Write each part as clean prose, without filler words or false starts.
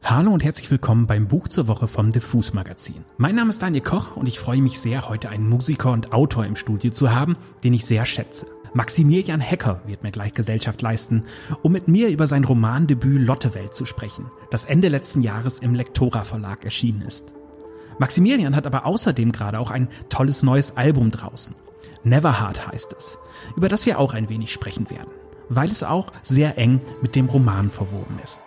Hallo und herzlich willkommen beim Buch zur Woche vom Diffus Magazin. Mein Name ist Daniel Koch und ich freue mich sehr, heute einen Musiker und Autor im Studio zu haben, den ich sehr schätze. Maximilian Hecker wird mir gleich Gesellschaft leisten, um mit mir über sein Romandebüt Lottewelt zu sprechen, das Ende letzten Jahres im Lektora Verlag erschienen ist. Maximilian hat aber außerdem gerade auch ein tolles neues Album draußen. Neverheart heißt es, über das wir auch ein wenig sprechen werden, weil es auch sehr eng mit dem Roman verwoben ist.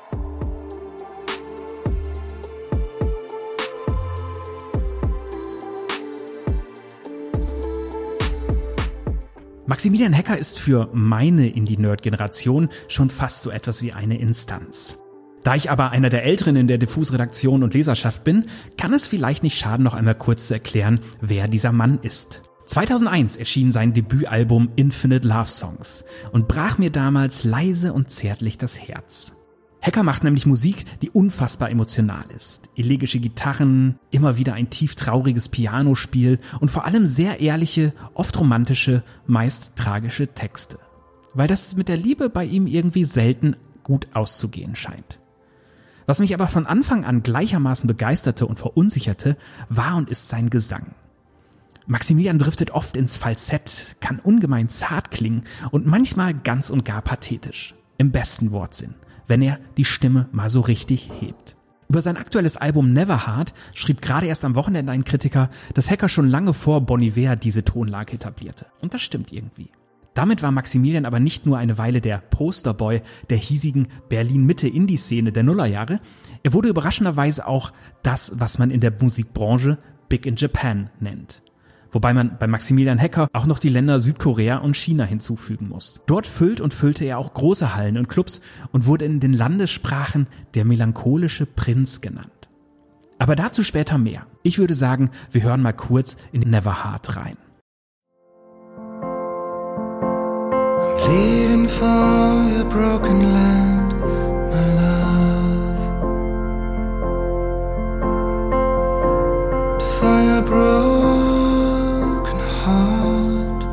Maximilian Hecker ist für meine Indie-Nerd-Generation schon fast so etwas wie eine Instanz. Da ich aber einer der Älteren in der Diffus-Redaktion und Leserschaft bin, kann es vielleicht nicht schaden, noch einmal kurz zu erklären, wer dieser Mann ist. 2001 erschien sein Debütalbum Infinite Love Songs und brach mir damals leise und zärtlich das Herz. Hecker macht nämlich Musik, die unfassbar emotional ist. Elegische Gitarren, immer wieder ein tief trauriges Pianospiel und vor allem sehr ehrliche, oft romantische, meist tragische Texte. Weil das mit der Liebe bei ihm irgendwie selten gut auszugehen scheint. Was mich aber von Anfang an gleichermaßen begeisterte und verunsicherte, war und ist sein Gesang. Maximilian driftet oft ins Falsett, kann ungemein zart klingen und manchmal ganz und gar pathetisch. Im besten Wortsinn, wenn er die Stimme mal so richtig hebt. Über sein aktuelles Album Neverheart schrieb gerade erst am Wochenende ein Kritiker, dass Hecker schon lange vor Bon Iver diese Tonlage etablierte. Und das stimmt irgendwie. Damit war Maximilian aber nicht nur eine Weile der Posterboy der hiesigen Berlin-Mitte-Indie-Szene der Nullerjahre, er wurde überraschenderweise auch das, was man in der Musikbranche Big in Japan nennt. Wobei man bei Maximilian Hecker auch noch die Länder Südkorea und China hinzufügen muss. Dort füllte er auch große Hallen und Clubs und wurde in den Landessprachen der melancholische Prinz genannt. Aber dazu später mehr. Ich würde sagen, wir hören mal kurz in Neverheart rein. I'm leaving for your broken land, my love. To find your broken heart.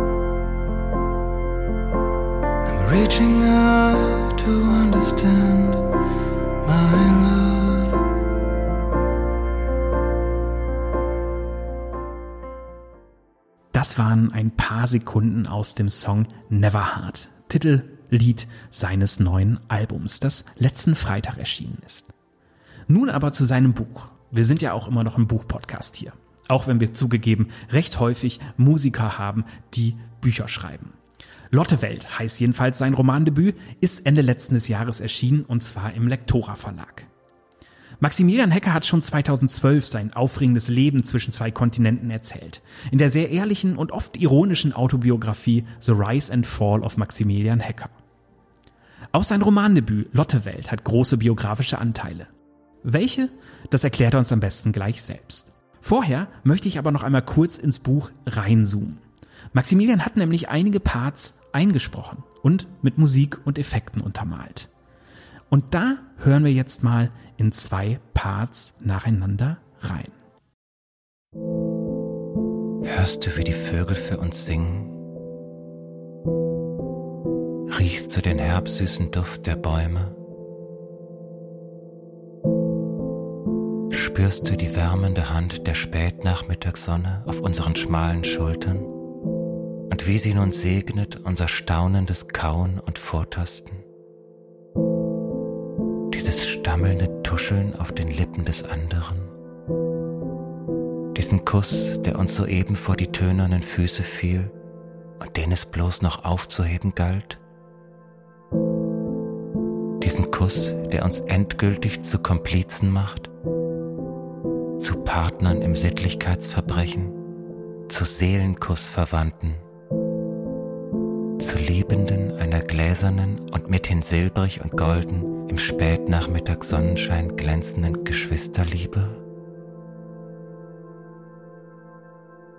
I'm reaching out to understand, my love. Das waren ein paar Sekunden aus dem Song Neverheart, Titellied seines neuen Albums, das letzten Freitag erschienen ist. Nun aber zu seinem Buch. Wir sind ja auch immer noch ein Buchpodcast hier, auch wenn wir zugegeben recht häufig Musiker haben, die Bücher schreiben. Lottewelt heißt jedenfalls sein Romandebüt, ist Ende letzten Jahres erschienen und zwar im Lektora Verlag. Maximilian Hecker hat schon 2012 sein aufregendes Leben zwischen zwei Kontinenten erzählt. In der sehr ehrlichen und oft ironischen Autobiografie The Rise and Fall of Maximilian Hecker. Auch sein Romandebüt Lottewelt hat große biografische Anteile. Welche? Das erklärt er uns am besten gleich selbst. Vorher möchte ich aber noch einmal kurz ins Buch reinzoomen. Maximilian hat nämlich einige Parts eingesprochen und mit Musik und Effekten untermalt. Und da hören wir jetzt mal in 2 Parts nacheinander rein. Hörst du, wie die Vögel für uns singen? Riechst du den herbsüßen Duft der Bäume? Spürst du die wärmende Hand der Spätnachmittagssonne auf unseren schmalen Schultern? Und wie sie nun segnet unser staunendes Kauen und Vortasten? Dieses stammelnde Tuscheln auf den Lippen des anderen? Diesen Kuss, der uns soeben vor die tönernen Füße fiel und den es bloß noch aufzuheben galt? Diesen Kuss, der uns endgültig zu Komplizen macht? Zu Partnern im Sittlichkeitsverbrechen? Zu Seelenkussverwandten? Zu Liebenden einer gläsernen und mithin silbrig und golden im Spätnachmittagssonnenschein glänzenden Geschwisterliebe?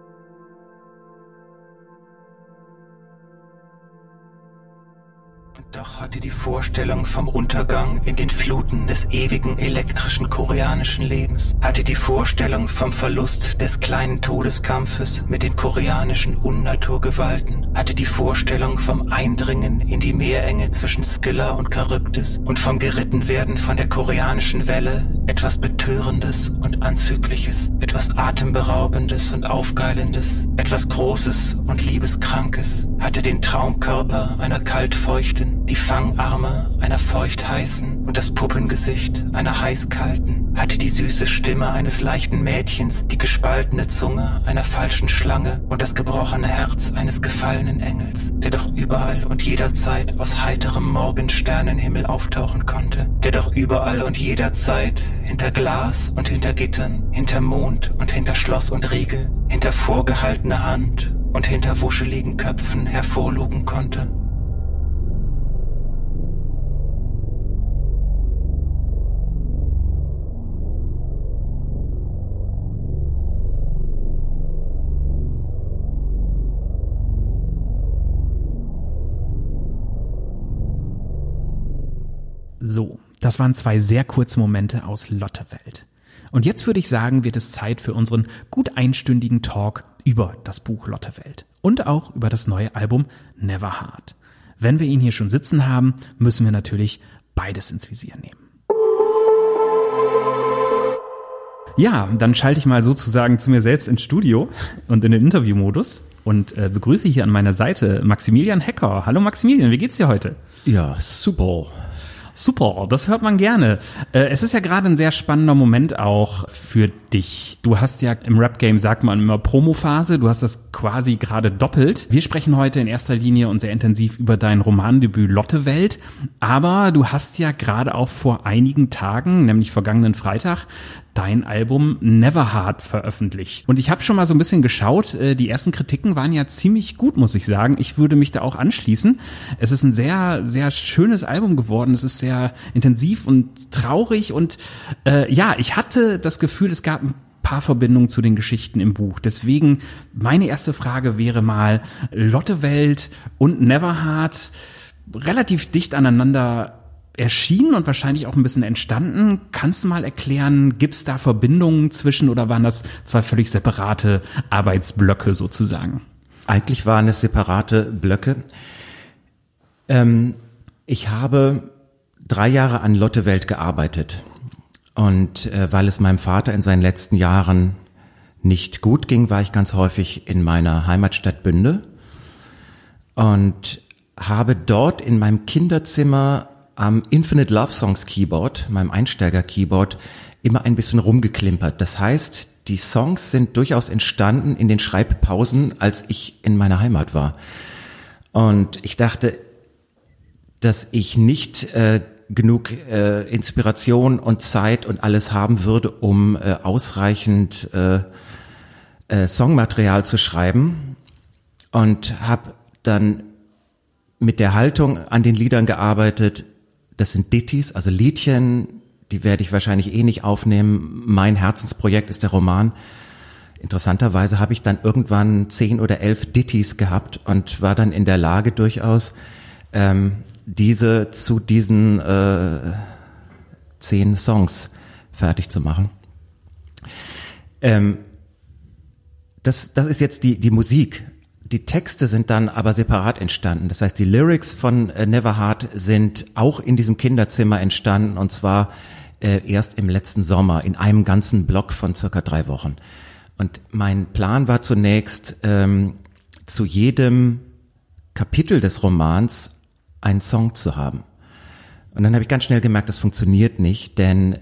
Und Doch hatte die Vorstellung vom Untergang in den Fluten des ewigen elektrischen koreanischen Lebens, hatte die Vorstellung vom Verlust des kleinen Todeskampfes mit den koreanischen Unnaturgewalten, hatte die Vorstellung vom Eindringen in die Meerenge zwischen Scylla und Charybdis und vom Gerittenwerden von der koreanischen Welle etwas Betörendes und Anzügliches, etwas Atemberaubendes und Aufgeilendes, etwas Großes und Liebeskrankes, hatte den Traumkörper einer kaltfeuchten, die Fangarme einer feuchtheißen und das Puppengesicht einer heißkalten, hatte die süße Stimme eines leichten Mädchens, die gespaltene Zunge einer falschen Schlange und das gebrochene Herz eines gefallenen Engels, der doch überall und jederzeit aus heiterem Morgensternenhimmel auftauchen konnte, der doch überall und jederzeit hinter Glas und hinter Gittern, hinter Mond und hinter Schloss und Riegel, hinter vorgehaltener Hand und hinter wuscheligen Köpfen hervorlugen konnte. So, das waren 2 sehr kurze Momente aus Lottewelt. Und jetzt würde ich sagen, wird es Zeit für unseren gut einstündigen Talk über das Buch Lottewelt und auch über das neue Album Neverheart. Wenn wir ihn hier schon sitzen haben, müssen wir natürlich beides ins Visier nehmen. Ja, dann schalte ich mal sozusagen zu mir selbst ins Studio und in den Interviewmodus und begrüße hier an meiner Seite Maximilian Hecker. Hallo Maximilian, wie geht's dir heute? Ja, super. Super, das hört man gerne. Es ist ja gerade ein sehr spannender Moment auch für dich. Du hast ja im Rap-Game, sagt man immer, Promophase. Du hast das quasi gerade doppelt. Wir sprechen heute in erster Linie und sehr intensiv über dein Romandebüt Lottewelt. Aber du hast ja gerade auch vor einigen Tagen, nämlich vergangenen Freitag, dein Album Neverheart veröffentlicht. Und ich habe schon mal so ein bisschen geschaut, die ersten Kritiken waren ja ziemlich gut, muss ich sagen. Ich würde mich da auch anschließen. Es ist ein sehr, sehr schönes Album geworden. Es ist sehr intensiv und traurig und ja, ich hatte das Gefühl, es gab ein paar Verbindungen zu den Geschichten im Buch. Deswegen meine erste Frage wäre mal, Lottewelt und Neverheart relativ dicht aneinander erschienen und wahrscheinlich auch ein bisschen entstanden. Kannst du mal erklären, gibt es da Verbindungen zwischen oder waren das 2 völlig separate Arbeitsblöcke sozusagen? Eigentlich waren es separate Blöcke. Ich habe 3 Jahre an Lottewelt gearbeitet und weil es meinem Vater in seinen letzten Jahren nicht gut ging, war ich ganz häufig in meiner Heimatstadt Bünde und habe dort in meinem Kinderzimmer am Infinite Love Songs Keyboard, meinem Einsteiger-Keyboard, immer ein bisschen rumgeklimpert. Das heißt, die Songs sind durchaus entstanden in den Schreibpausen, als ich in meiner Heimat war. Und ich dachte, dass ich nicht genug Inspiration und Zeit und alles haben würde, um ausreichend Songmaterial zu schreiben. Und habe dann mit der Haltung an den Liedern gearbeitet. Das sind Ditties, also Liedchen, die werde ich wahrscheinlich eh nicht aufnehmen. Mein Herzensprojekt ist der Roman. Interessanterweise habe ich dann irgendwann 10 oder 11 Ditties gehabt und war dann in der Lage durchaus, diese zu diesen 10 Songs fertig zu machen. Das ist jetzt die Musik. Die Texte sind dann aber separat entstanden. Das heißt, die Lyrics von Neverheart sind auch in diesem Kinderzimmer entstanden und zwar erst im letzten Sommer in einem ganzen Block von circa 3 Wochen. Und mein Plan war zunächst, zu jedem Kapitel des Romans einen Song zu haben. Und dann habe ich ganz schnell gemerkt, das funktioniert nicht, denn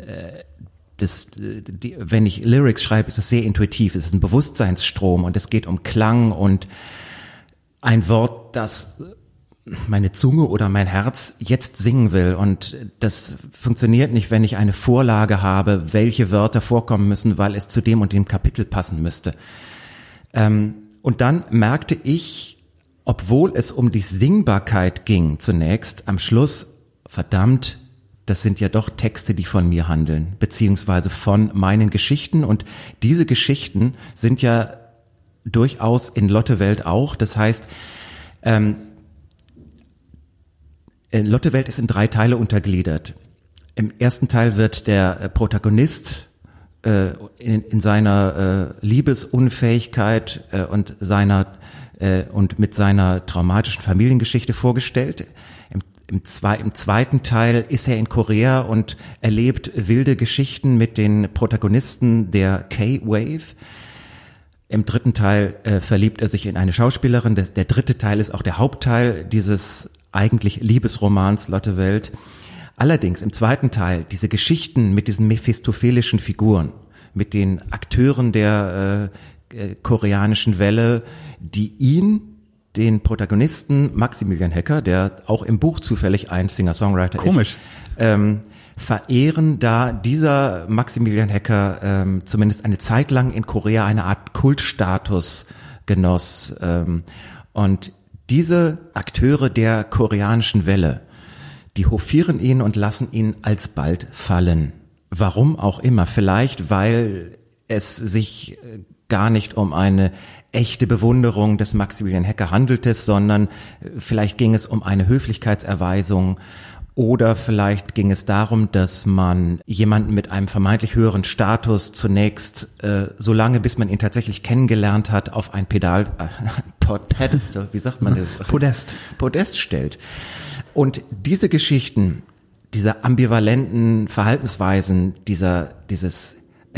wenn ich Lyrics schreibe, ist es sehr intuitiv, es ist ein Bewusstseinsstrom und es geht um Klang und ein Wort, das meine Zunge oder mein Herz jetzt singen will. Und das funktioniert nicht, wenn ich eine Vorlage habe, welche Wörter vorkommen müssen, weil es zu dem und dem Kapitel passen müsste. Und dann merkte ich, obwohl es um die Singbarkeit ging zunächst, am Schluss, verdammt, das sind ja doch Texte, die von mir handeln, beziehungsweise von meinen Geschichten. Und diese Geschichten sind ja durchaus in Lottewelt auch. Das heißt, Lotte Welt ist in 3 Teile untergliedert. Im ersten Teil wird der Protagonist in seiner Liebesunfähigkeit und mit seiner traumatischen Familiengeschichte vorgestellt. Im zweiten Teil ist er in Korea und erlebt wilde Geschichten mit den Protagonisten der K-Wave. Im dritten Teil verliebt er sich in eine Schauspielerin. Der dritte Teil ist auch der Hauptteil dieses eigentlich Liebesromans Lotte Welt. Allerdings im zweiten Teil diese Geschichten mit diesen mephistophelischen Figuren, mit den Akteuren der koreanischen Welle, die den Protagonisten Maximilian Hecker, der auch im Buch zufällig ein Singer-Songwriter Komisch. ist, verehren, da dieser Maximilian Hecker zumindest eine Zeit lang in Korea eine Art Kultstatus genoss. Und diese Akteure der koreanischen Welle, die hofieren ihn und lassen ihn alsbald fallen. Warum auch immer. Vielleicht, weil es sich gar nicht um eine echte Bewunderung des Maximilian Hecker handelte, sondern vielleicht ging es um eine Höflichkeitserweisung oder vielleicht ging es darum, dass man jemanden mit einem vermeintlich höheren Status zunächst, so lange bis man ihn tatsächlich kennengelernt hat, auf ein Pedestal, wie sagt man das? Podest stellt. Und diese Geschichten, diese ambivalenten Verhaltensweisen, dieses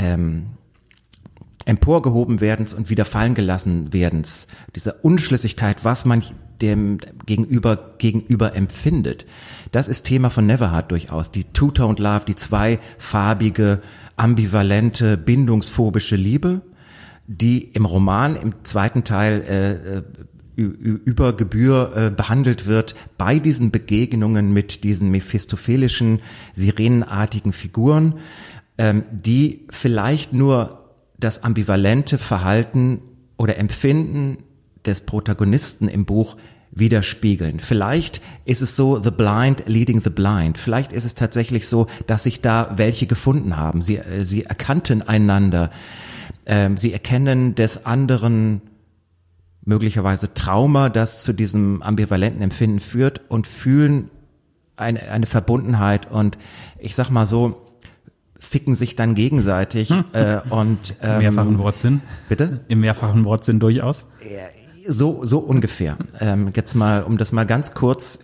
emporgehoben werdens und wieder fallen gelassen werdens, diese Unschlüssigkeit, was man dem gegenüber empfindet, das ist Thema von Neverheart durchaus. Die Two-Toned Love, die zweifarbige, ambivalente, bindungsphobische Liebe, die im Roman im zweiten Teil über Gebühr behandelt wird bei diesen Begegnungen mit diesen mephistophelischen, sirenenartigen Figuren, die vielleicht nur das ambivalente Verhalten oder Empfinden des Protagonisten im Buch widerspiegeln. Vielleicht ist es so, the blind leading the blind. Vielleicht ist es tatsächlich so, dass sich da welche gefunden haben. Sie erkannten einander. Sie erkennen des anderen möglicherweise Trauma, das zu diesem ambivalenten Empfinden führt und fühlen eine Verbundenheit und ich sag mal so, ficken sich dann gegenseitig und im mehrfachen Wortsinn. Bitte? Im mehrfachen Wortsinn durchaus. So ungefähr. Jetzt mal, um das mal ganz kurz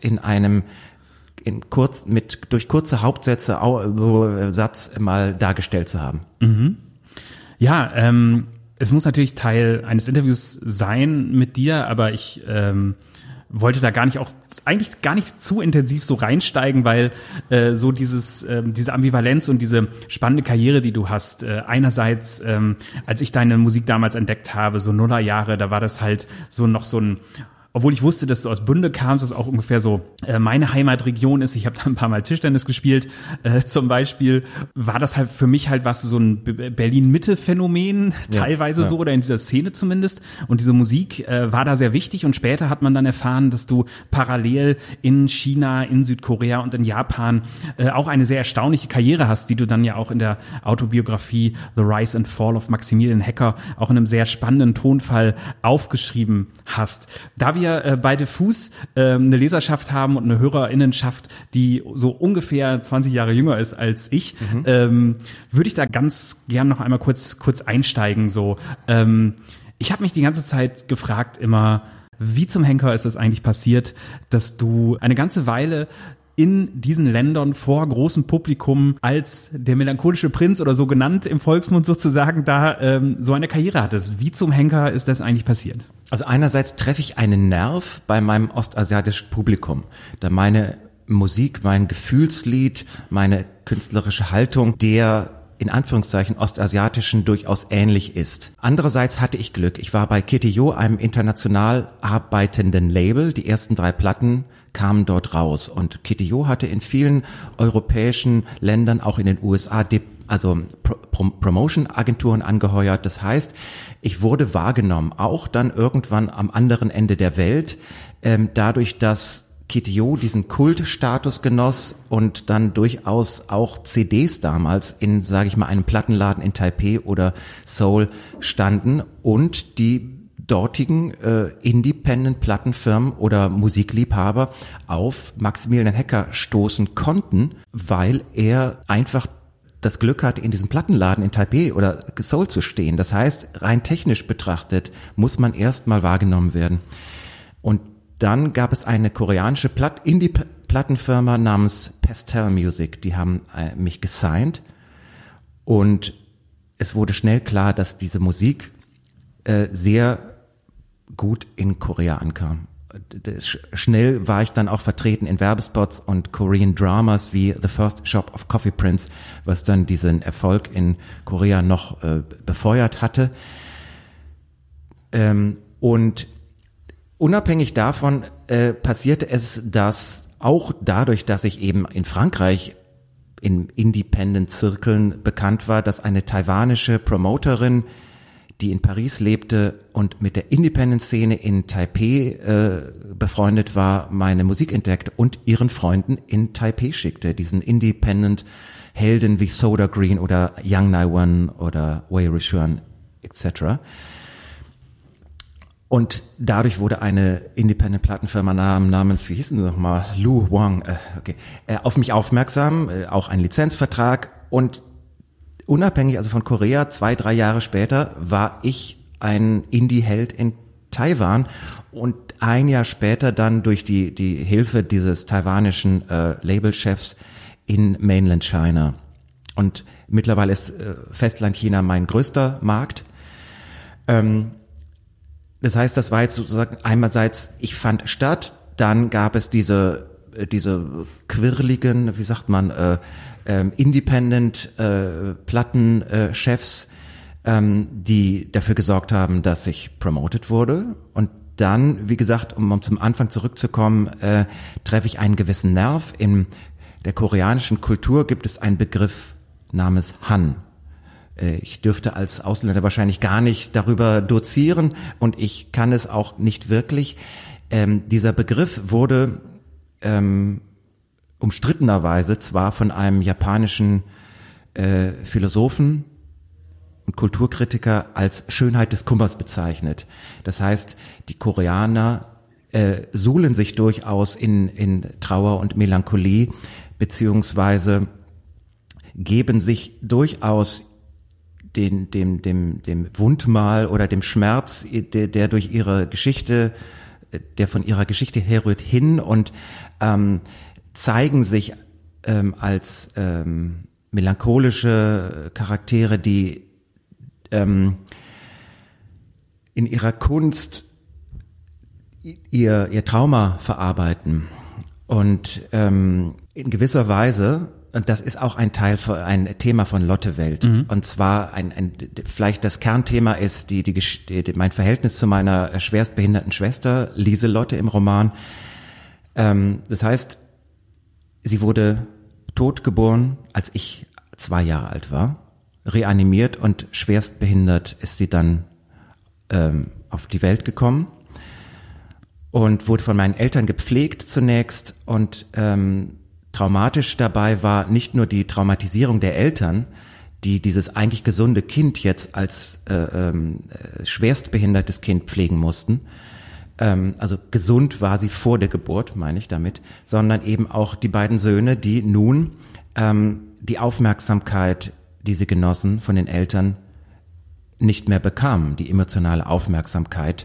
durch kurze Hauptsätze Satz mal dargestellt zu haben. Mhm. Ja, es muss natürlich Teil eines Interviews sein mit dir, aber ich wollte da eigentlich gar nicht zu intensiv so reinsteigen, weil so diese Ambivalenz und diese spannende Karriere, die du hast, einerseits, als ich deine Musik damals entdeckt habe, so Nullerjahre, da war das halt so noch so ein, obwohl ich wusste, dass du aus Bünde kamst, das auch ungefähr so meine Heimatregion ist. Ich habe da ein paar Mal Tischtennis gespielt. Zum Beispiel war das halt für mich halt so ein Berlin-Mitte-Phänomen, teilweise so, oder in dieser Szene zumindest. Und diese Musik war da sehr wichtig. Und später hat man dann erfahren, dass du parallel in China, in Südkorea und in Japan auch eine sehr erstaunliche Karriere hast, die du dann ja auch in der Autobiografie The Rise and Fall of Maximilian Hecker auch in einem sehr spannenden Tonfall aufgeschrieben hast. Da wir bei Diffus eine Leserschaft haben und eine Hörerinnenschaft, die so ungefähr 20 Jahre jünger ist als ich, würde ich da ganz gern noch einmal kurz einsteigen. So, ich habe mich die ganze Zeit gefragt immer, wie zum Henker ist es eigentlich passiert, dass du eine ganze Weile in diesen Ländern vor großem Publikum als der melancholische Prinz oder so genannt im Volksmund sozusagen da so eine Karriere hattest. Wie zum Henker ist das eigentlich passiert? Also einerseits treffe ich einen Nerv bei meinem ostasiatischen Publikum, da meine Musik, mein Gefühlslied, meine künstlerische Haltung der in Anführungszeichen ostasiatischen durchaus ähnlich ist. Andererseits hatte ich Glück. Ich war bei Ketiyo, einem international arbeitenden Label. Die ersten 3 Platten kamen dort raus. Und Ketiyo hatte in vielen europäischen Ländern, auch in den USA, Promotion-Agenturen angeheuert. Das heißt, ich wurde wahrgenommen, auch dann irgendwann am anderen Ende der Welt, dadurch, dass Ketiyo diesen Kultstatus genoss und dann durchaus auch CDs damals in, sage ich mal, einem Plattenladen in Taipei oder Seoul standen und die dortigen Independent-Plattenfirmen oder Musikliebhaber auf Maximilian Hecker stoßen konnten, weil er einfach das Glück hatte, in diesem Plattenladen in Taipei oder Seoul zu stehen. Das heißt, rein technisch betrachtet muss man erstmal wahrgenommen werden. Und dann gab es eine koreanische Indie-Plattenfirma namens Pastel Music, die haben mich gesigned und es wurde schnell klar, dass diese Musik sehr gut in Korea ankam. Schnell war ich dann auch vertreten in Werbespots und Korean Dramas wie The First Shop of Coffee Prince, was dann diesen Erfolg in Korea noch befeuert hatte. Und unabhängig davon passierte es, dass auch dadurch, dass ich eben in Frankreich in Independent-Zirkeln bekannt war, dass eine taiwanische Promoterin, die in Paris lebte und mit der Independent-Szene in Taipei befreundet war, meine Musik entdeckte und ihren Freunden in Taipei schickte, diesen Independent-Helden wie Soda Green oder Yang Nai-Wan oder Wei Rishuan etc. Und dadurch wurde eine Independent-Plattenfirma namens, wie hießen sie nochmal, Lu Wang, auf mich aufmerksam, auch ein Lizenzvertrag und unabhängig also von Korea, 2-3 Jahre später war ich ein Indie-Held in Taiwan und ein Jahr später dann durch die Hilfe dieses taiwanischen Labelchefs in Mainland China. Und mittlerweile ist Festland China mein größter Markt. Das heißt, das war jetzt sozusagen einerseits, ich fand statt, dann gab es diese quirligen, wie sagt man, Independent Plattenchefs, die dafür gesorgt haben, dass ich promoted wurde. Und dann, wie gesagt, um zum Anfang zurückzukommen, treffe ich einen gewissen Nerv. In der koreanischen Kultur gibt es einen Begriff namens Han. Ich dürfte als Ausländer wahrscheinlich gar nicht darüber dozieren und ich kann es auch nicht wirklich. Dieser Begriff wurde umstrittenerweise zwar von einem japanischen Philosophen und Kulturkritiker als Schönheit des Kummers bezeichnet. Das heißt, die Koreaner suhlen sich durchaus in Trauer und Melancholie, beziehungsweise geben sich durchaus dem Wundmal oder dem Schmerz, der durch ihre Geschichte, der von ihrer Geschichte herrührt, hin und zeigen sich als melancholische Charaktere, die in ihrer Kunst ihr Trauma verarbeiten. Und in gewisser Weise, und das ist auch ein Thema von Lotte Welt. Mhm. Und zwar vielleicht das Kernthema ist mein Verhältnis zu meiner schwerstbehinderten Schwester, Lieselotte im Roman. Das heißt, sie wurde tot geboren, als ich 2 Jahre alt war, reanimiert und schwerstbehindert ist sie dann auf die Welt gekommen und wurde von meinen Eltern gepflegt zunächst und traumatisch dabei war nicht nur die Traumatisierung der Eltern, die dieses eigentlich gesunde Kind jetzt als schwerstbehindertes Kind pflegen mussten. Also gesund war sie vor der Geburt, meine ich damit, sondern eben auch die beiden Söhne, die nun die Aufmerksamkeit, die sie genossen von den Eltern, nicht mehr bekamen, die emotionale Aufmerksamkeit.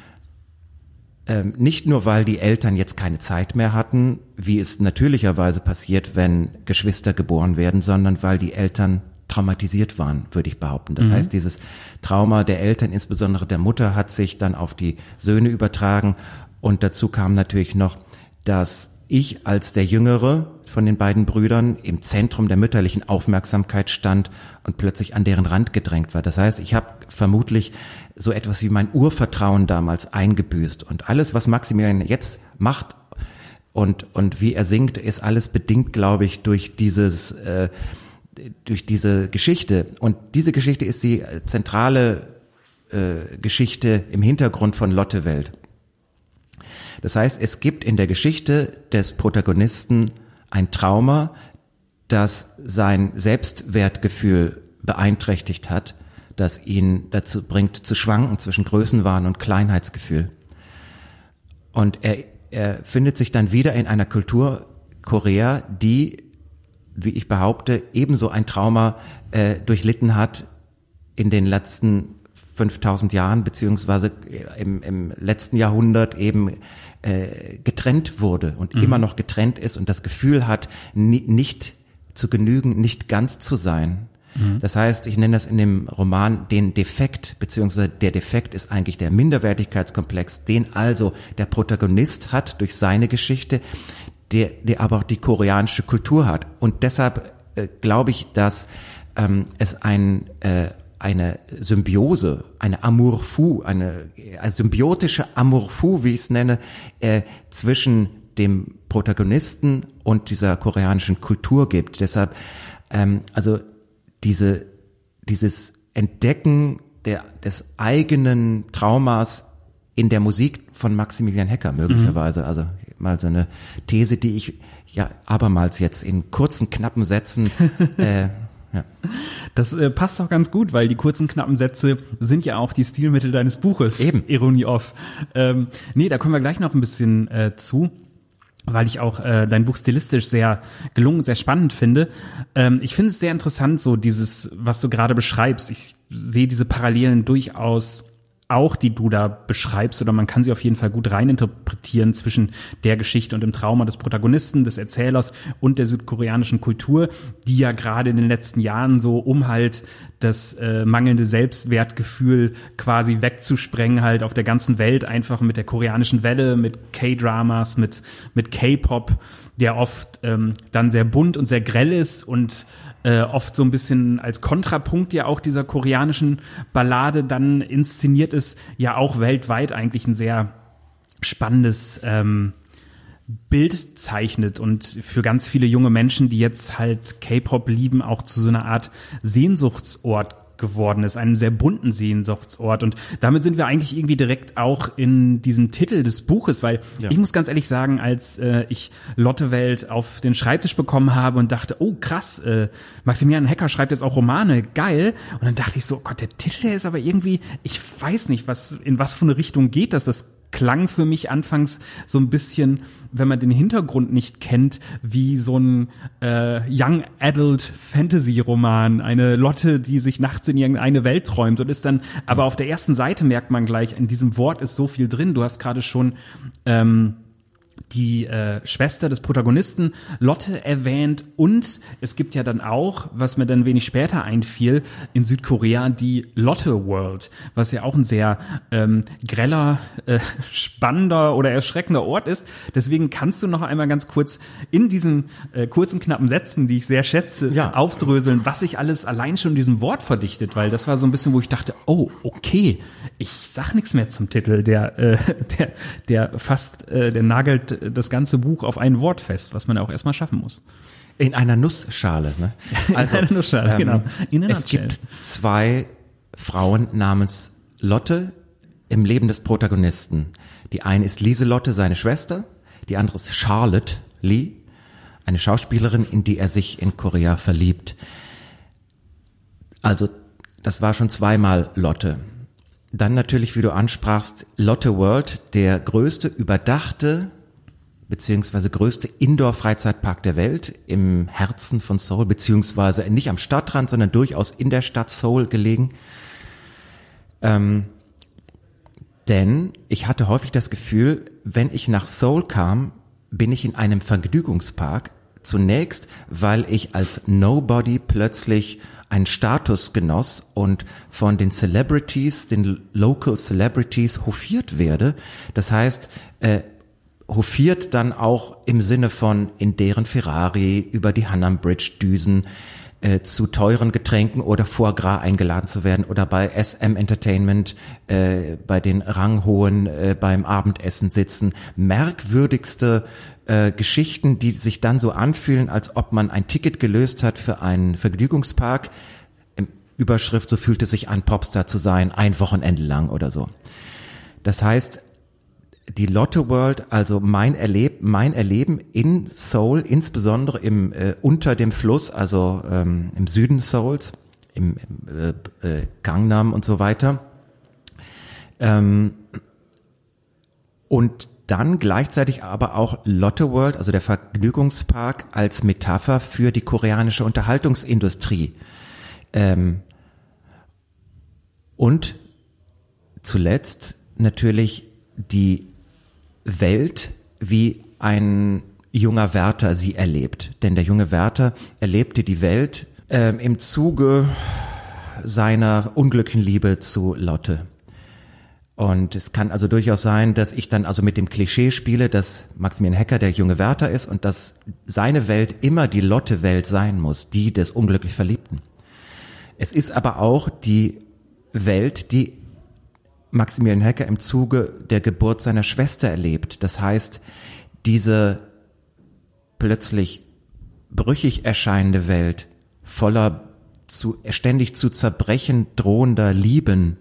Nicht nur, weil die Eltern jetzt keine Zeit mehr hatten, wie es natürlicherweise passiert, wenn Geschwister geboren werden, sondern weil die Eltern traumatisiert waren, würde ich behaupten. Das heißt, dieses Trauma der Eltern, insbesondere der Mutter, hat sich dann auf die Söhne übertragen. Und dazu kam natürlich noch, dass ich als der Jüngere von den beiden Brüdern im Zentrum der mütterlichen Aufmerksamkeit stand und plötzlich an deren Rand gedrängt war. Das heißt, ich habe vermutlich so etwas wie mein Urvertrauen damals eingebüßt. Und alles, was Maximilian jetzt macht und wie er singt, ist alles bedingt, glaube ich, durch diese Geschichte. Und diese Geschichte ist die zentrale Geschichte im Hintergrund von Lotte Welt. Das heißt, es gibt in der Geschichte des Protagonisten ein Trauma, das sein Selbstwertgefühl beeinträchtigt hat, das ihn dazu bringt, zu schwanken zwischen Größenwahn und Kleinheitsgefühl. Und er findet sich dann wieder in einer Kultur Korea, die, wie ich behaupte, ebenso ein Trauma durchlitten hat in den letzten 5000 Jahren, beziehungsweise im letzten Jahrhundert eben getrennt wurde und immer noch getrennt ist und das Gefühl hat, nicht zu genügen, nicht ganz zu sein. Das heißt, ich nenne das in dem Roman den Defekt, beziehungsweise der Defekt ist eigentlich der Minderwertigkeitskomplex, den also der Protagonist hat durch seine Geschichte, der aber auch die koreanische Kultur hat. Und deshalb glaube ich, dass es eine Symbiose, eine Amour fou, eine symbiotische Amour fou, wie ich es nenne, zwischen dem Protagonisten und dieser koreanischen Kultur gibt. Deshalb, also dieses Entdecken des eigenen Traumas in der Musik von Maximilian Hecker möglicherweise, also mal so eine These, die ich ja abermals jetzt in kurzen, knappen Sätzen ja. Das passt auch ganz gut, weil die kurzen, knappen Sätze sind ja auch die Stilmittel deines Buches. Eben. Ironie off. Nee, da kommen wir gleich noch ein bisschen zu, weil ich auch dein Buch stilistisch sehr gelungen, sehr spannend finde. Ich finde es sehr interessant, so dieses, was du gerade beschreibst. Ich sehe diese Parallelen durchaus auch, die du da beschreibst, oder man kann sie auf jeden Fall gut reininterpretieren zwischen der Geschichte und dem Trauma des Protagonisten, des Erzählers und der südkoreanischen Kultur, die ja gerade in den letzten Jahren so, um halt das mangelnde Selbstwertgefühl quasi wegzusprengen, halt auf der ganzen Welt einfach mit der koreanischen Welle, mit K-Dramas, mit K-Pop, der oft dann sehr bunt und sehr grell ist und oft so ein bisschen als Kontrapunkt ja auch dieser koreanischen Ballade dann inszeniert ist, ja auch weltweit eigentlich ein sehr spannendes Bild zeichnet und für ganz viele junge Menschen, die jetzt halt K-Pop lieben, auch zu so einer Art Sehnsuchtsort geworden ist, einem sehr bunten Sehnsuchtsort. Und damit sind wir eigentlich irgendwie direkt auch in diesem Titel des Buches, weil ich muss ganz ehrlich sagen, als ich Lotte Welt auf den Schreibtisch bekommen habe und dachte, oh krass, Maximilian Hecker schreibt jetzt auch Romane, geil. Und dann dachte ich so, oh Gott, der Titel, der ist aber irgendwie, ich weiß nicht, in was für eine Richtung geht das. Das klang für mich anfangs so ein bisschen, wenn man den Hintergrund nicht kennt, wie so ein Young Adult Fantasy Roman. Eine Lotte, die sich nachts in irgendeine Welt träumt und ist dann, aber auf der ersten Seite merkt man gleich, in diesem Wort ist so viel drin. Du hast gerade schon die Schwester des Protagonisten Lotte erwähnt und es gibt ja dann auch, was mir dann wenig später einfiel, in Südkorea die Lotte World, was ja auch ein sehr greller, spannender oder erschreckender Ort ist. Deswegen kannst du noch einmal ganz kurz in diesen kurzen, knappen Sätzen, die ich sehr schätze, aufdröseln, was sich alles allein schon in diesem Wort verdichtet, weil das war so ein bisschen, wo ich dachte, oh, okay, ich sag nichts mehr zum Titel, der nagelt das ganze Buch auf ein Wort fest, was man auch erstmal schaffen muss. In einer Nussschale, ne? Also, in einer Nussschale, genau. Es gibt zwei Frauen namens Lotte im Leben des Protagonisten. Die eine ist Lieselotte, seine Schwester, die andere ist Charlotte Lee, eine Schauspielerin, in die er sich in Korea verliebt. Also, das war schon zweimal Lotte. Dann natürlich, wie du ansprachst, Lotte World, der größte überdachte beziehungsweise größte Indoor-Freizeitpark der Welt im Herzen von Seoul, beziehungsweise nicht am Stadtrand, sondern durchaus in der Stadt Seoul gelegen. Denn ich hatte häufig das Gefühl, wenn ich nach Seoul kam, bin ich in einem Vergnügungspark. Zunächst, weil ich als Nobody plötzlich einen Status genoss und von den Celebrities, den Local Celebrities hofiert werde. Das heißt, hofiert dann auch im Sinne von in deren Ferrari über die Hanam Bridge düsen, zu teuren Getränken oder Foie Gras eingeladen zu werden oder bei SM Entertainment bei den Ranghohen beim Abendessen sitzen. Merkwürdigste Geschichten, die sich dann so anfühlen, als ob man ein Ticket gelöst hat für einen Vergnügungspark. Im Überschrift, so fühlt es sich an, Popstar zu sein, ein Wochenende lang oder so. Das heißt, die Lotte World, also mein Erleben in Seoul, insbesondere unter dem Fluss, also im Süden Seouls, Gangnam und so weiter. Und dann gleichzeitig aber auch Lotte World, also der Vergnügungspark, als Metapher für die koreanische Unterhaltungsindustrie. Und zuletzt natürlich die Welt, wie ein junger Wärter sie erlebt. Denn der junge Wärter erlebte die Welt im Zuge seiner unglücklichen Liebe zu Lotte. Und es kann also durchaus sein, dass ich dann also mit dem Klischee spiele, dass Maximilian Hecker der junge Wärter ist und dass seine Welt immer die Lotte-Welt sein muss, die des unglücklich Verliebten. Es ist aber auch die Welt, die Maximilian Hecker im Zuge der Geburt seiner Schwester erlebt. Das heißt, diese plötzlich brüchig erscheinende Welt voller ständig zu zerbrechen drohender Lieben,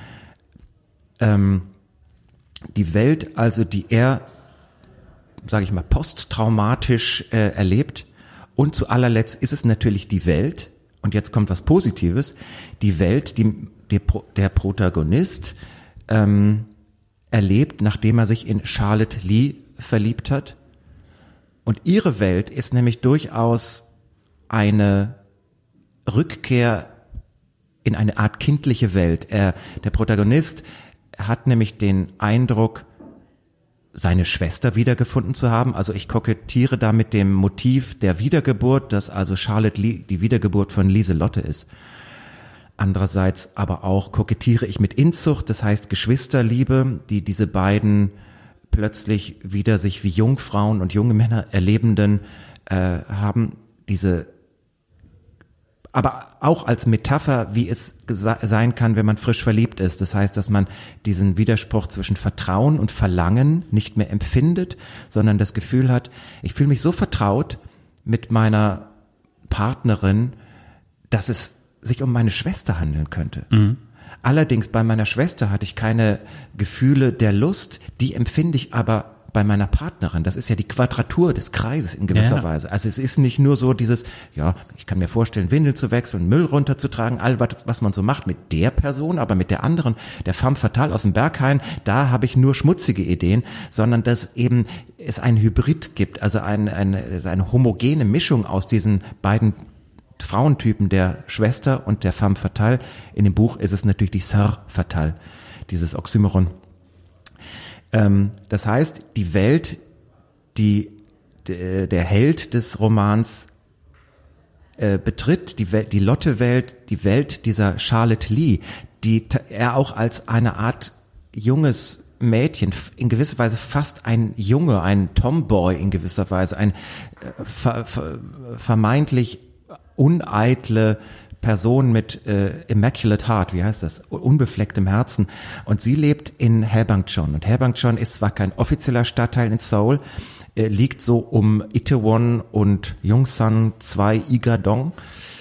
die Welt also, die er, sage ich mal, posttraumatisch erlebt. Und zu allerletzt ist es natürlich die Welt, und jetzt kommt was Positives, die Welt, die der Protagonist erlebt, nachdem er sich in Charlotte Lee verliebt hat. Und ihre Welt ist nämlich durchaus eine Rückkehr in eine Art kindliche Welt. Der Protagonist hat nämlich den Eindruck, seine Schwester wiedergefunden zu haben. Also ich kokettiere da mit dem Motiv der Wiedergeburt, dass also Charlotte Lee die Wiedergeburt von Lieselotte ist. Andererseits aber auch kokettiere ich mit Inzucht, das heißt Geschwisterliebe, die diese beiden plötzlich wieder sich wie Jungfrauen und junge Männer Erlebenden haben, aber auch als Metapher, wie es sein kann, wenn man frisch verliebt ist. Das heißt, dass man diesen Widerspruch zwischen Vertrauen und Verlangen nicht mehr empfindet, sondern das Gefühl hat, ich fühle mich so vertraut mit meiner Partnerin, dass es sich um meine Schwester handeln könnte. Mhm. Allerdings bei meiner Schwester hatte ich keine Gefühle der Lust, die empfinde ich aber bei meiner Partnerin. Das ist ja die Quadratur des Kreises in gewisser Weise. Also es ist nicht nur so dieses, ja, ich kann mir vorstellen, Windeln zu wechseln, Müll runterzutragen, all was man so macht mit der Person, aber mit der anderen, der femme fatale aus dem Berghain, da habe ich nur schmutzige Ideen, sondern dass eben es ein Hybrid gibt, also eine homogene Mischung aus diesen beiden Frauentypen, der Schwester und der femme fatale. In dem Buch ist es natürlich die Sœur fatale, dieses Oxymoron. Das heißt, die Welt, die der Held des Romans betritt, die Lotte-Welt, die Welt dieser Charlotte Lee, die er auch als eine Art junges Mädchen, in gewisser Weise fast ein Junge, ein Tomboy in gewisser Weise, ein vermeintlich uneitle Person mit Immaculate Heart, wie heißt das, unbeflecktem Herzen, und sie lebt in Haebangchon, und Haebangchon ist zwar kein offizieller Stadtteil in Seoul, liegt so um Itaewon und Yongsan 2 Igadong,